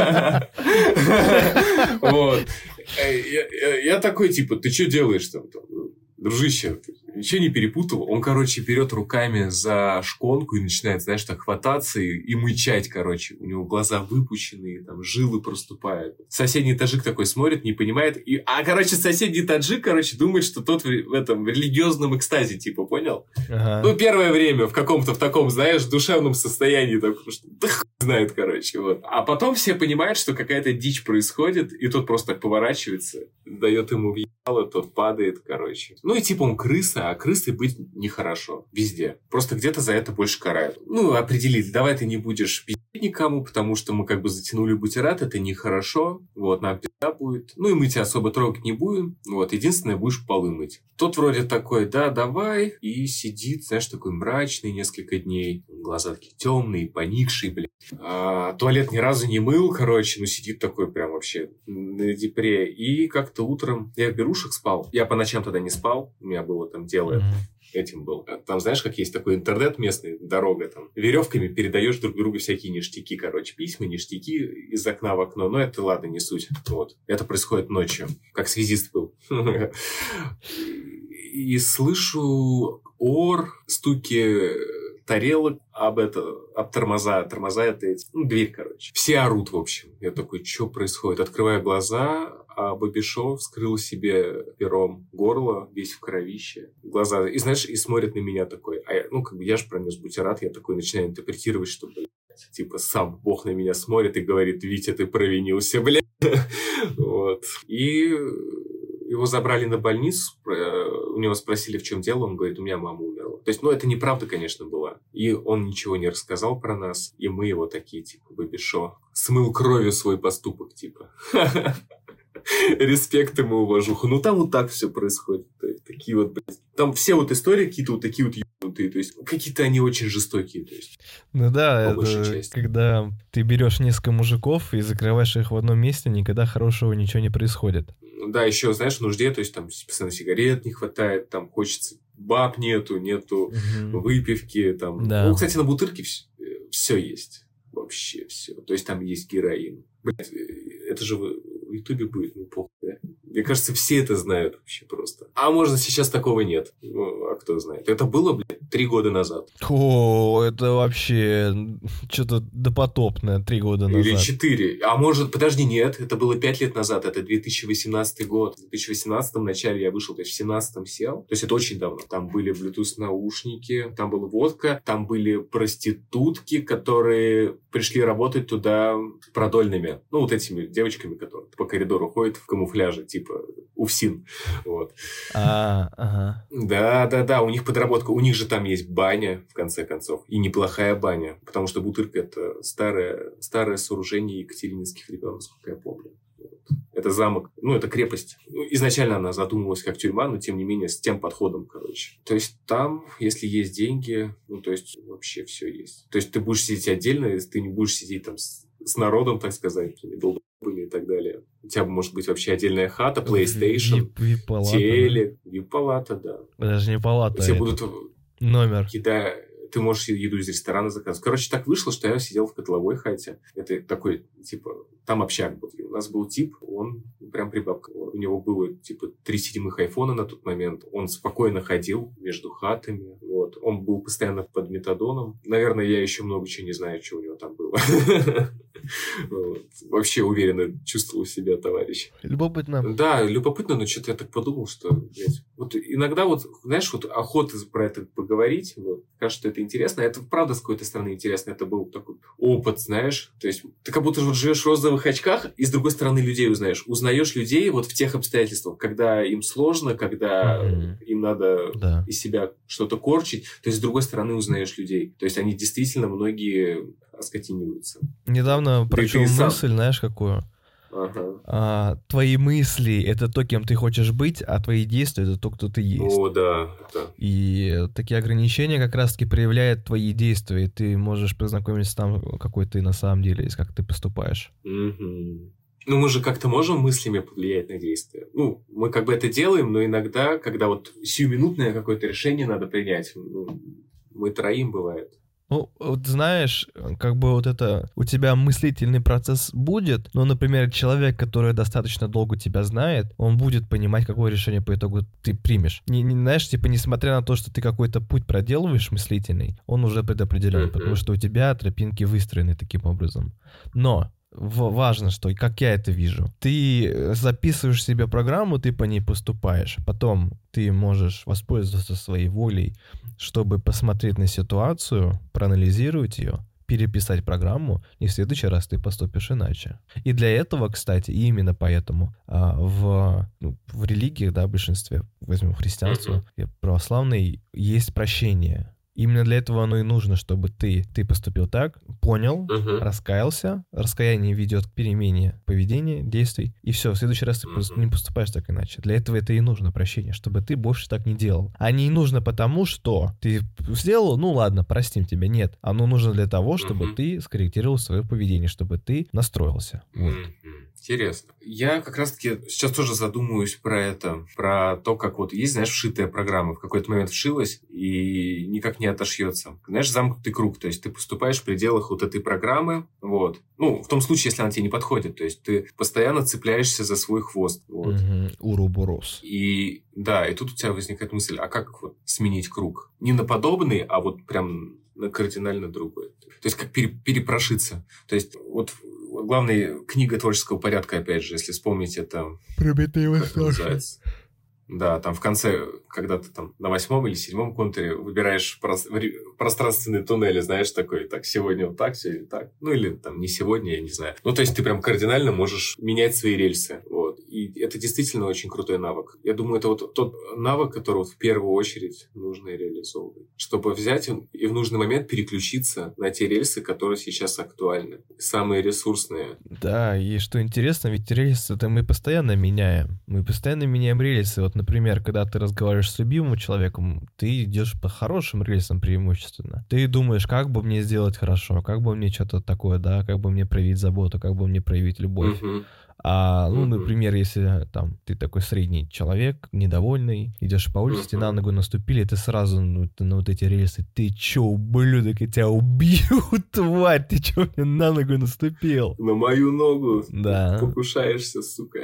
Вот. Я такой, типа, ты что делаешь там, дружище? Ничего не перепутал. Он, короче, берет руками за шконку и начинает, знаешь, так хвататься и, и мычать, короче. У него глаза выпущенные, там, жилы проступают. Соседний таджик такой смотрит, не понимает. И, а, короче, соседний таджик, короче, думает, что тот в, в этом в религиозном экстазе, типа, понял? Ага. Ну, первое время в каком-то в таком, знаешь, душевном состоянии, так, что да хуй знает, короче, вот. А потом все понимают, что какая-то дичь происходит, и тот просто так поворачивается, дает ему въебало, тот падает, короче. Ну, и типа он крыса, а крысой быть нехорошо. Везде. Просто где-то за это больше карают. Ну, определили, давай ты не будешь пиздеть никому, потому что мы как бы затянули бутерат, это нехорошо. Вот, нам пизда будет. Ну, и мы тебя особо трогать не будем. Вот, единственное, будешь полы мыть. Тот вроде такой, да, давай. И сидит, знаешь, такой мрачный несколько дней. Глаза такие темные, поникшие, блядь. А, туалет ни разу не мыл, короче. Ну, сидит такой прям вообще на депре. И как-то утром я в берушах спал. Я по ночам тогда не спал. У меня было там дело mm-hmm. этим был. Там, знаешь, как есть такой интернет местный, дорога, там, веревками передаешь друг другу всякие ништяки, короче, письма, ништяки из окна в окно. Но это, ладно, не суть. Вот. Это происходит ночью. Как связист был. И слышу ор, стуки тарелок об это, об тормоза. Тормоза это эти, ну, дверь, короче. Все орут, в общем. Я такой, что происходит? Открываю глаза, а Бабишо вскрыл себе пером горло, весь в кровище, глаза. И, знаешь, и смотрит на меня такой. А я, ну, как бы я же пронес бутерат, я такой начинаю интерпретировать, что, блядь, Типа, сам Бог на меня смотрит и говорит: Витя, ты провинился, блядь. Вот. И его забрали на больницу, у него спросили, в чем дело, он говорит: у меня мама умерла. То есть, ну, это неправда, конечно, была. И он ничего не рассказал про нас, и мы его такие, типа, бэби-шо, смыл кровью свой поступок, типа. Респект ему, уважуха. Ну, там вот так все происходит. Такие вот, блядь. Там все вот истории какие-то вот такие вот ебанутые. То есть, какие-то они очень жестокие. То есть, ну да, это когда ты берешь несколько мужиков и закрываешь их в одном месте, никогда хорошего ничего не происходит. Да, еще, знаешь, в нужде, то есть, там, постоянно сигарет не хватает, там, хочется, баб нету, нету угу. выпивки, там. Да. Ну, кстати, на Бутырке все, все есть. Вообще все. То есть, там есть героин. Блядь, это же в Ютубе будет, ну, похуй, да? Мне кажется, все это знают вообще просто. А может, сейчас такого нет. Ну, а кто знает. Это было, блядь, три года назад. О, это вообще что-то допотопное три года назад. Или четыре. А может, подожди, нет. Это было пять лет назад. Это две тысячи восемнадцатый год. В две тысячи восемнадцатом в начале я вышел, то есть в семнадцатом сел. То есть это очень давно. Там были Bluetooth-наушники, там была водка, там были проститутки, которые пришли работать туда продольными. Ну, вот этими девочками, которые по коридору ходят в камуфляже, типа УФСИН. Вот. А, ага. Да, да, да, у них подработка. У них же там есть баня, в конце концов. И неплохая баня. Потому что Бутырка — это старое, старое сооружение екатерининских времен, насколько я помню. Вот. Это замок, ну, это крепость. Ну, изначально она задумывалась как тюрьма, но, тем не менее, с тем подходом, короче. То есть, там, если есть деньги, ну, то есть, вообще все есть. То есть, ты будешь сидеть отдельно, если ты не будешь сидеть там с, с народом, так сказать, какими долбоебами и так далее. У тебя может быть вообще отдельная хата, PlayStation, телек, вип-палата, да. Даже не палата, все будут номер. Еда... Ты можешь еду из ресторана заказывать. Короче, так вышло, что я сидел в котловой хате. Это такой, типа, там общак был. И у нас был тип, он прям прибабка. У него было, типа, три седьмых айфона на тот момент. Он спокойно ходил между хатами. Вот. Он был постоянно под метадоном. Наверное, я еще много чего не знаю, что у него там было. Вообще уверенно чувствовал себя товарищ. Любопытно. Да, любопытно, но что-то я так подумал, что, блядь, вот иногда вот, знаешь, вот охота про это поговорить, вот, кажется, что это интересно. Это правда с какой-то стороны интересно. Это был такой опыт, знаешь. То есть ты как будто вот живешь в розовых очках, и с другой стороны людей узнаешь. Узнаешь людей вот в тех обстоятельствах, когда им сложно, когда mm-hmm. им надо да. из себя что-то корчить. То есть с другой стороны узнаешь людей. То есть они действительно многие оскотиниваются. Недавно прочел мысль, сам... знаешь, какую? Ага. А, твои мысли — это то, кем ты хочешь быть, а твои действия — это то, кто ты есть. О, да, да. И такие ограничения как раз-таки проявляют твои действия, и ты можешь познакомиться там, какой ты на самом деле есть, как ты поступаешь. Угу. Ну, мы же как-то можем мыслями повлиять на действия. Ну, мы как бы это делаем, но иногда, когда вот сиюминутное какое-то решение надо принять, ну, мы троим бывает. Ну, вот знаешь, как бы вот это, у тебя мыслительный процесс будет, но, например, человек, который достаточно долго тебя знает, он будет понимать, какое решение по итогу ты примешь. Не, не знаешь, типа, несмотря на то, что ты какой-то путь проделываешь мыслительный, он уже предопределен, потому что у тебя тропинки выстроены таким образом. Но важно, что, как я это вижу, ты записываешь себе программу, ты по ней поступаешь, потом ты можешь воспользоваться своей волей, чтобы посмотреть на ситуацию, проанализировать ее, переписать программу, и в следующий раз ты поступишь иначе. И для этого, кстати, и именно поэтому а, в, ну, в религиях, да, в большинстве, возьмем христианство, православной, есть прощение. Именно для этого оно и нужно, чтобы ты, ты поступил так, понял, uh-huh. раскаялся, раскаяние ведет к перемене поведения, действий, и все, в следующий раз ты uh-huh. не поступаешь так иначе. Для этого это и нужно прощение, чтобы ты больше так не делал. А не нужно потому, что ты сделал, ну ладно, простим тебя, нет. Оно нужно для того, чтобы uh-huh. ты скорректировал свое поведение, чтобы ты настроился. Вот. Uh-huh. Интересно. Я как раз-таки сейчас тоже задумываюсь про это, про то, как вот есть, знаешь, вшитая программа, в какой-то момент вшилась и никак не отошьется. Знаешь, замкнутый круг, то есть ты поступаешь в пределах вот этой программы, вот. Ну, в том случае, если она тебе не подходит, то есть ты постоянно цепляешься за свой хвост. Вот. Угу. Урубурос. И да, и тут у тебя возникает мысль, а как вот сменить круг? Не на подобный, а вот прям на кардинально другой. То есть как пере- перепрошиться. То есть вот... Главная книга творческого порядка, опять же, если вспомнить это... Прометей восставший. Да, там в конце, когда ты там на восьмом или седьмом контуре выбираешь прос- пространственные туннели, знаешь, такой, так, сегодня вот так, сегодня так. Ну, или там не сегодня, я не знаю. Ну, то есть ты прям кардинально можешь менять свои рельсы. Вот. И это действительно очень крутой навык. Я думаю, это вот тот навык, который вот в первую очередь нужно реализовывать. Чтобы взять и в нужный момент переключиться на те рельсы, которые сейчас актуальны. Самые ресурсные. Да, и что интересно, ведь рельсы-то мы постоянно меняем. Мы постоянно меняем рельсы. Вот, например, когда ты разговариваешь с любимым человеком, ты идешь по хорошим рельсам преимущественно. Ты думаешь, как бы мне сделать хорошо, как бы мне что-то такое, да, как бы мне проявить заботу, как бы мне проявить любовь. Угу. А, ну, Мгм. например, если там ты такой средний человек, недовольный, идешь по улице, тебе на Мгм. ногу наступили, и ты сразу ну, ты на вот эти рельсы, ты чё, ублюдок, я тебя убью, тварь, ты чё мне на ногу наступил? На мою ногу Да. покушаешься, сука.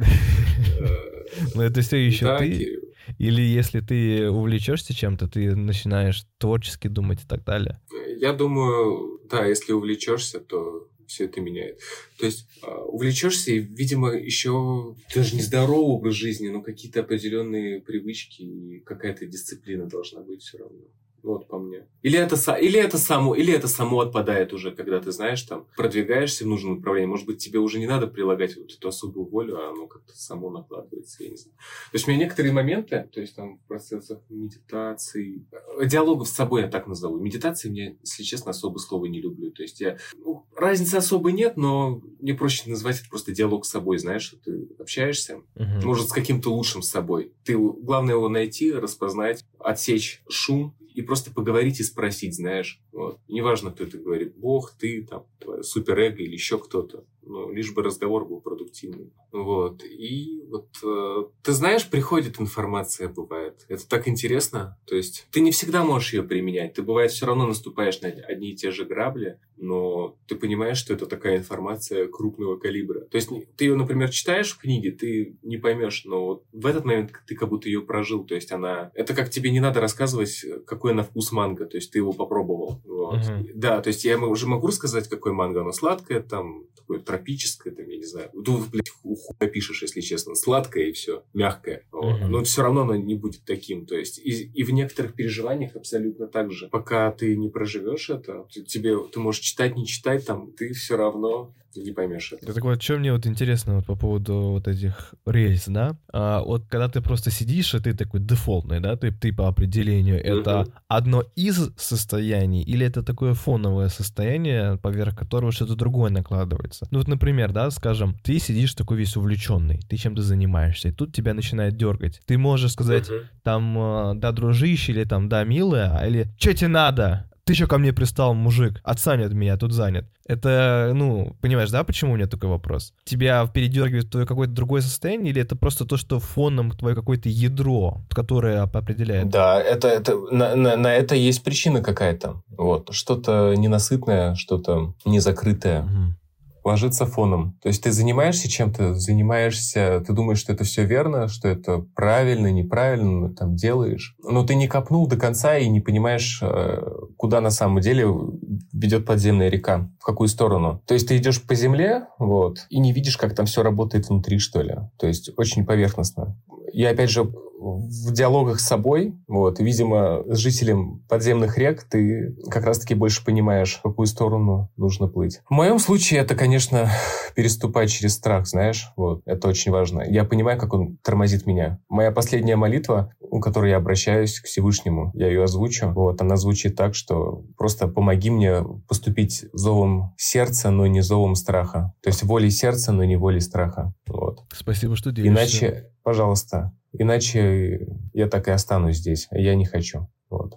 Но это все еще Да, ты. Кирилл. Или если ты увлечешься чем-то, ты начинаешь творчески думать и так далее. Я думаю, да, если увлечешься, то все это меняет. То есть а, увлечешься, и, видимо, еще даже не здоровый образ жизни, но какие-то определенные привычки и какая-то дисциплина должна быть все равно. Вот по мне. Или это, са- или, это само, или это само отпадает уже, когда ты, знаешь, там, продвигаешься в нужном направлении. Может быть, тебе уже не надо прилагать вот эту особую волю, а оно как-то само накладывается, я не знаю. То есть у меня некоторые моменты, то есть там в процессах медитации, э, диалогов с собой я так назову. Медитации мне, если честно, особо слова не люблю. То есть я, ну, разницы особой нет, но мне проще назвать это просто диалог с собой, знаешь, что ты общаешься, Мгм. может, с каким-то лучшим с собой. Ты, главное его найти, распознать, отсечь шум, и просто поговорить и спросить, знаешь. Вот. Неважно, кто это говорит. Бог, ты, там, твое суперэго или еще кто-то. Ну, лишь бы разговор был продуктивный. Вот. И вот э, ты знаешь, приходит информация, бывает. Это так интересно. То есть ты не всегда можешь ее применять. Ты, бывает, все равно наступаешь на одни и те же грабли, но ты понимаешь, что это такая информация крупного калибра. То есть ты ее, например, читаешь в книге, ты не поймешь, но вот в этот момент ты как будто ее прожил. То есть она... Это как тебе не надо рассказывать, какой на вкус манго. То есть ты его попробовал. Вот. Мгм. Да, то есть я уже могу рассказать, какой манго. Оно сладкое, там, такое тропическое, там, я не знаю. Ты, блядь, хуй пишешь, если честно. Сладкое и все, мягкое. Вот. Мгм. Но все равно оно не будет таким. То есть и, и в некоторых переживаниях абсолютно так же. Пока ты не проживешь это, ты- тебе, ты можешь читать, не читать, там, ты все равно не поймешь это. Так вот, что мне вот интересно вот по поводу вот этих рельс, да? А, вот когда ты просто сидишь, и ты такой дефолтный, да, ты, ты по определению, это Мгм. одно из состояний или это такое фоновое состояние, поверх которого что-то другое накладывается? Ну вот, например, да, скажем, ты сидишь такой весь увлеченный, ты чем-то занимаешься, и тут тебя начинает дергать. Ты можешь сказать Мгм. там, э, да, дружище, или там, да, милая, а или что тебе надо? Ты что ко мне пристал, мужик? Отстань от меня, тут занят. Это, ну, понимаешь, да, почему у меня такой вопрос? Тебя передергивает твое какое-то другое состояние, или это просто то, что фоном твое какое-то ядро, которое оп- определяет? Да, это, это, на, на, на это есть причина какая-то. Вот. Что-то ненасытное, что-то незакрытое. Мгм. Ложится фоном. То есть ты занимаешься чем-то, занимаешься, ты думаешь, что это все верно, что это правильно, неправильно, там делаешь. Но ты не копнул до конца и не понимаешь, э, куда на самом деле ведет подземная река, в какую сторону. То есть ты идешь по земле, вот, и не видишь, как там все работает внутри, что ли. То есть очень поверхностно. И опять же, в диалогах с собой, вот, и, видимо, с жителем подземных рек ты как раз-таки больше понимаешь, в какую сторону нужно плыть. В моем случае это, конечно, переступать через страх, знаешь, вот, это очень важно. Я понимаю, как он тормозит меня. Моя последняя молитва, у которой я обращаюсь к Всевышнему, я ее озвучу, вот, она звучит так, что просто помоги мне поступить зовом сердца, но не зовом страха. То есть волей сердца, но не волей страха, вот. Спасибо, что делишься. Иначе, пожалуйста, иначе я так и останусь здесь. а Я не хочу. Вот.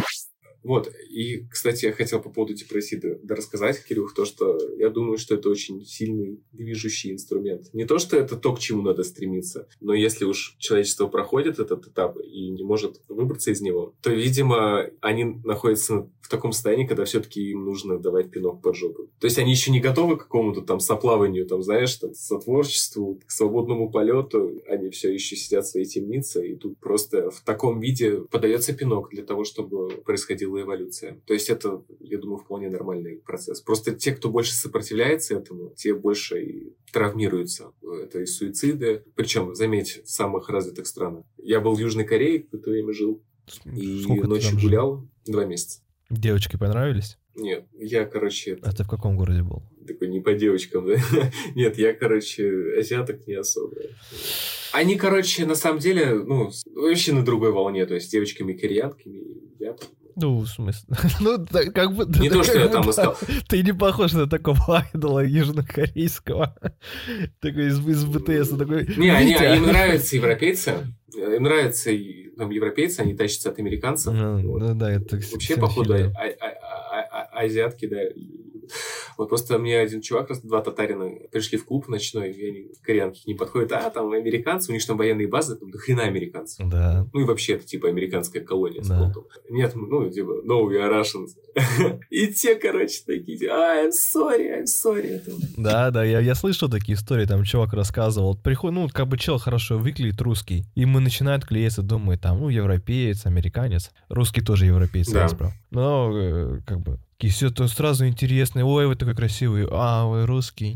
Вот, и, кстати, я хотел по поводу депрессии д- да рассказать, Кирюх, то, что я думаю, что это очень сильный движущий инструмент. Не то, что это то, к чему надо стремиться, но если уж человечество проходит этот этап и не может выбраться из него, то, видимо, они находятся в таком состоянии, когда все-таки им нужно давать пинок под жопу. То есть они еще не готовы к какому-то там соплаванию, там, знаешь, там, сотворчеству, к свободному полету. Они все еще сидят в своей темнице, и тут просто в таком виде подается пинок для того, чтобы происходила эволюция. То есть это, я думаю, вполне нормальный процесс. Просто те, кто больше сопротивляется этому, те больше и травмируются. Это и суициды. Причем, заметь, в самых развитых странах. Я был в Южной Корее, в это время жил. И Сколько ночью гулял два месяца. Девочки понравились? Нет, я, короче... А ты в каком городе был? Такой не по девочкам, да? Нет, я, короче, азиаток не особо. Они, короче, на самом деле, ну, вообще на другой волне. То есть с девочками-кореянками я там... Ну, в смысле? Ну, как бы... Не то, что я там искал. Ты не похож на такого айдола южнокорейского. Такой из БТС. Такой... Не, они, им нравятся европейцы. Им нравятся там, европейцы, они тащатся от американцев. Ну, вот. да, да, это... Вообще, походу, а, а, а, а, азиатки, да. Вот просто мне один чувак, раз два татарина, пришли в клуб ночной, и они, кореянки, к ним подходят, а, там американцы, у них там военные базы, там до хрена американцев. Да. Ну и вообще, это типа американская колония. Да. Нет, ну, типа, no, we are Russians. И те, короче, такие, а, I'm sorry, I'm sorry. Да, да, я, я слышал такие истории, там чувак рассказывал, приходит, ну, как бы чел хорошо выглядит, русский, и ему начинают клеиться, думает, там, ну, европеец, американец, русский тоже европеец, да. Расправ. Но, э, как бы, и все это сразу интересно, ой, вы такой красивый, а, вы русский.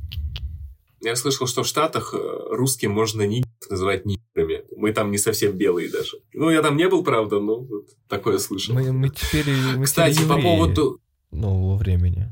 Я слышал, что в Штатах русским можно нигеров называть нигерами. Мы там не совсем белые даже. Ну, я там не был, правда, но вот такое слышал. Мы, мы теперь, мы Кстати, теперь по поводу... нового времени.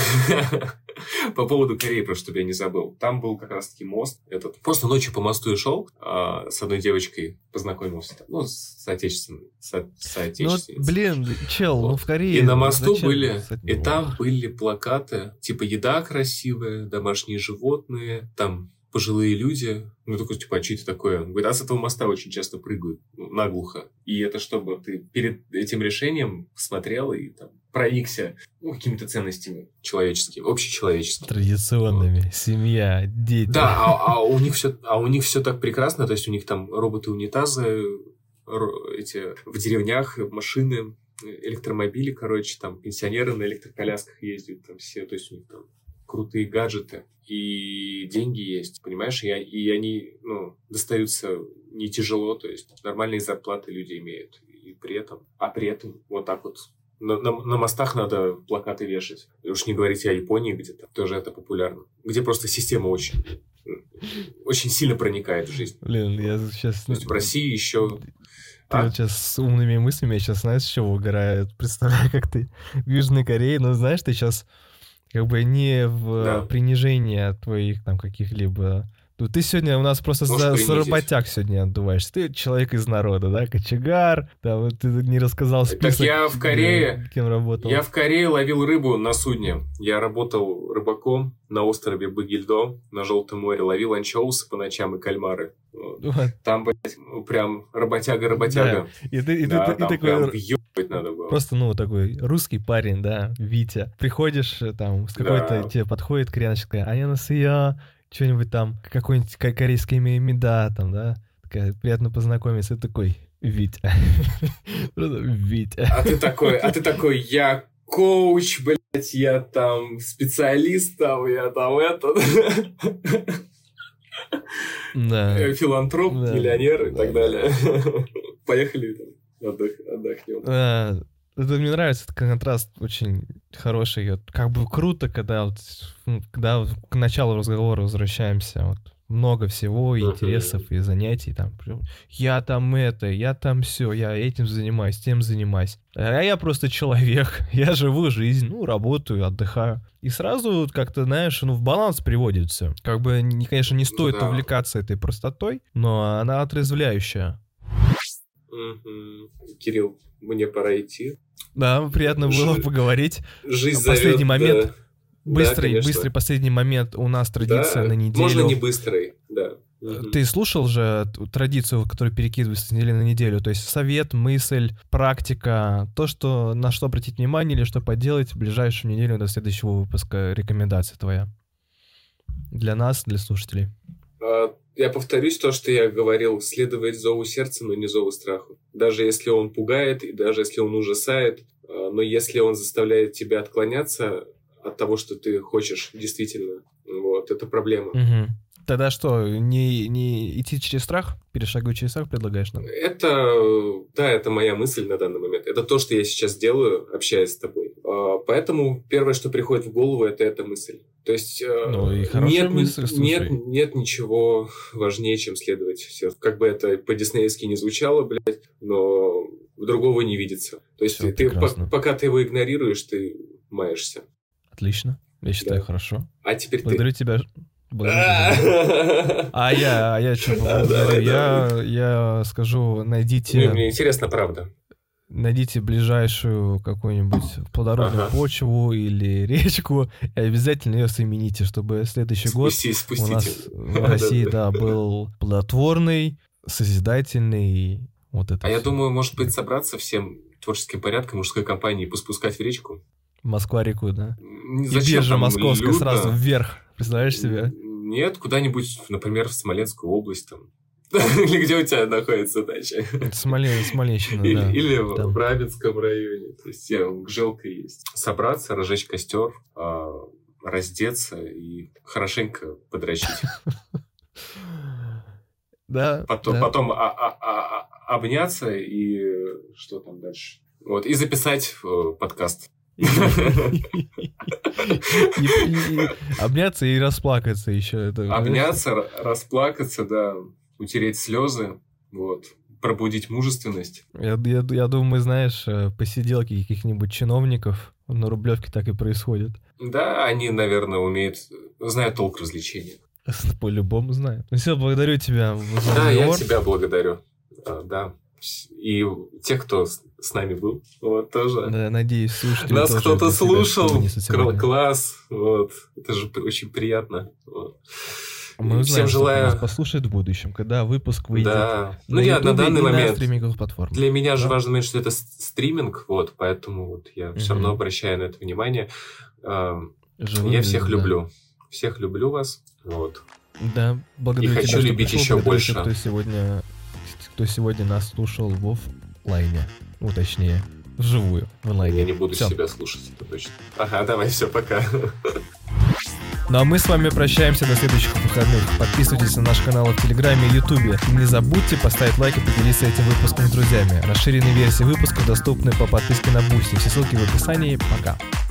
По поводу Кореи, просто чтобы я не забыл. Там был как раз-таки мост. Этот. Просто ночью по мосту и шел, а, с одной девочкой познакомился. Ну, с соотечественной. Со, соотечественницей. Ну, блин, чел, вот. Ну в Корее... И на мосту были... И там были плакаты, типа еда красивая, домашние животные, там пожилые люди. Ну, такой, типа, а что это такое? Он говорит, а с этого моста очень часто прыгают, ну, наглухо. И это чтобы ты перед этим решением смотрел и там проникся, ну, какими-то ценностями человеческими, общечеловеческими. Традиционными. Вот. Семья, дети. Да, а, а, у них все, а у них все так прекрасно. То есть у них там роботы-унитазы, эти в деревнях, машины, электромобили, короче, там пенсионеры на электроколясках ездят, там все, то есть у них там крутые гаджеты, и деньги есть, понимаешь, и, и они, ну, достаются не тяжело, то есть нормальные зарплаты люди имеют, и при этом, а при этом вот так вот на, на, на мостах надо плакаты вешать, и уж не говорите о Японии, где -то тоже это популярно, где просто система очень, очень сильно проникает в жизнь. Блин, я сейчас... То есть в России еще... Ты а? вот сейчас с умными мыслями, я сейчас, знаешь, с чего угораю? Представляю, как ты в Южной Корее, ну, знаешь, ты сейчас как бы не в да. принижение твоих там каких-либо... Ты сегодня у нас просто за, за работяг сегодня отдуваешься. Ты человек из народа, да, кочегар, там, ты не рассказал список. Так я в Корее, кем работал. Я в Корее ловил рыбу на судне. Я работал рыбаком на острове Багильдо, на Желтом море, ловил анчоусы по ночам и кальмары. Вот. Там, блядь, прям работяга-работяга. Да. И ты, и да, ты, там и прям такой... въебать надо было. Просто, ну, такой русский парень, да, Витя. Приходишь, там, с какой-то, да. тебе подходит кряночка, а я на сия... Что-нибудь там, какой-нибудь корейский меда, там, да? Такая, приятно познакомиться. Ты такой, Витя. Витя. А ты такой, а ты такой, я коуч, блядь, я там специалист, там, я там это. Да. Филантроп, да. Миллионер и да, так далее. Да. Поехали там, отдох, отдохнем. А, это мне нравится, этот контраст очень хороший. Вот, как бы круто, когда, вот, когда к началу разговора возвращаемся. Вот, много всего, и интересов, и занятий. Там, я там это, я там все, я этим занимаюсь, тем занимаюсь. А я просто человек, я живу жизнь, ну, работаю, отдыхаю. И сразу как-то, знаешь, ну, в баланс приводит все. Как бы, конечно, не стоит да. увлекаться этой простотой, но она отрезвляющая. Mm-hmm. Кирилл, мне пора идти. Да, приятно Жи... было поговорить. Жизнь Последний зовет, момент. Да. Быстрый, да, быстрый последний момент. У нас традиция да, на неделю. Можно не быстрый, да. Ты слушал же традицию, которая перекидывается с недели на неделю? То есть совет, мысль, практика, то, что, на что обратить внимание или что поделать в ближайшую неделю до следующего выпуска. Рекомендация твоя. Для нас, для слушателей. Я повторюсь то, что я говорил. Следовать зову сердца, но не зову страху. Даже если он пугает, и даже если он ужасает, но если он заставляет тебя отклоняться от того, что ты хочешь действительно, вот, это проблема. Угу. Тогда что, не, не идти через страх? Перешагивать через страх предлагаешь нам? Это, да, это моя мысль на данный момент. Это то, что я сейчас делаю, общаясь с тобой. Поэтому первое, что приходит в голову, это эта мысль. То есть ну, и хорошая нет, мысль, нет, нет ничего важнее, чем следовать сердцу. Как бы это по-диснеевски не звучало, блядь, но другого не видится. То есть ты, по, пока ты его игнорируешь, ты маешься. Отлично. Я считаю, да. Хорошо. А теперь Благодарю ты... тебя. А я, а я что поблагодарю? Я, я скажу, найдите... Мне интересно, правда. Найдите ближайшую какую-нибудь плодородную ага. почву или речку и обязательно ее соедините, чтобы следующий Спусти, год спустите. у нас в России да, был плодотворный, созидательный. Вот это а все. Я думаю, может быть, собраться всем творческим порядком мужской компании и поспускать в речку. Москва-реку, да? Зачем? И биржа московская сразу вверх. Представляешь себе? Нет, куда-нибудь, например, в Смоленскую область там. Или где у тебя находится дача? Смолен, Смоленщина, или, да. Или там. в Рабинском районе. То есть желка есть. Собраться, разжечь костер, раздеться и хорошенько подрочить. Да. Потом, да. потом а, а, а, обняться и что там дальше? Вот, и записать э, подкаст. Обняться и расплакаться еще. Обняться, расплакаться, да. Утереть слезы, вот, пробудить мужественность. Я, я, я думаю, знаешь, посиделки каких-нибудь чиновников на Рублевке так и происходят. Да, они, наверное, умеют, знают толк в развлечениях. По-любому знают. Ну все, благодарю тебя за Да, разговор. Я тебя благодарю. А, да. И тех, кто с, с нами был, вот тоже. Да, надеюсь, слушатели нас тоже кто-то слушал. Кр- класс, вот. Это же очень приятно. Вот. Мы узнаем, всем желаю... нас послушает в будущем, когда выпуск выйдет. Да. На ну, я на данный и момент... на стриминговых платформах. Для меня да? же важно момент, что это стриминг, вот, поэтому вот я mm-hmm. все равно обращаю на это внимание. Живым я всех да. люблю. Всех люблю вас, вот. Да, благодарю и тебя, хочу что любить пришел, еще больше. Кто сегодня, кто сегодня нас слушал в оффлайне, ну, точнее, вживую, в онлайне. Я не буду все. себя слушать, это точно. Ага, давай, все, пока. Ну а мы с вами прощаемся до следующих выходных. Подписывайтесь на наш канал в Телеграме и Ютубе. И не забудьте поставить лайк и поделиться этим выпуском с друзьями. Расширенные версии выпуска доступны по подписке на Boosty. Все ссылки в описании. Пока.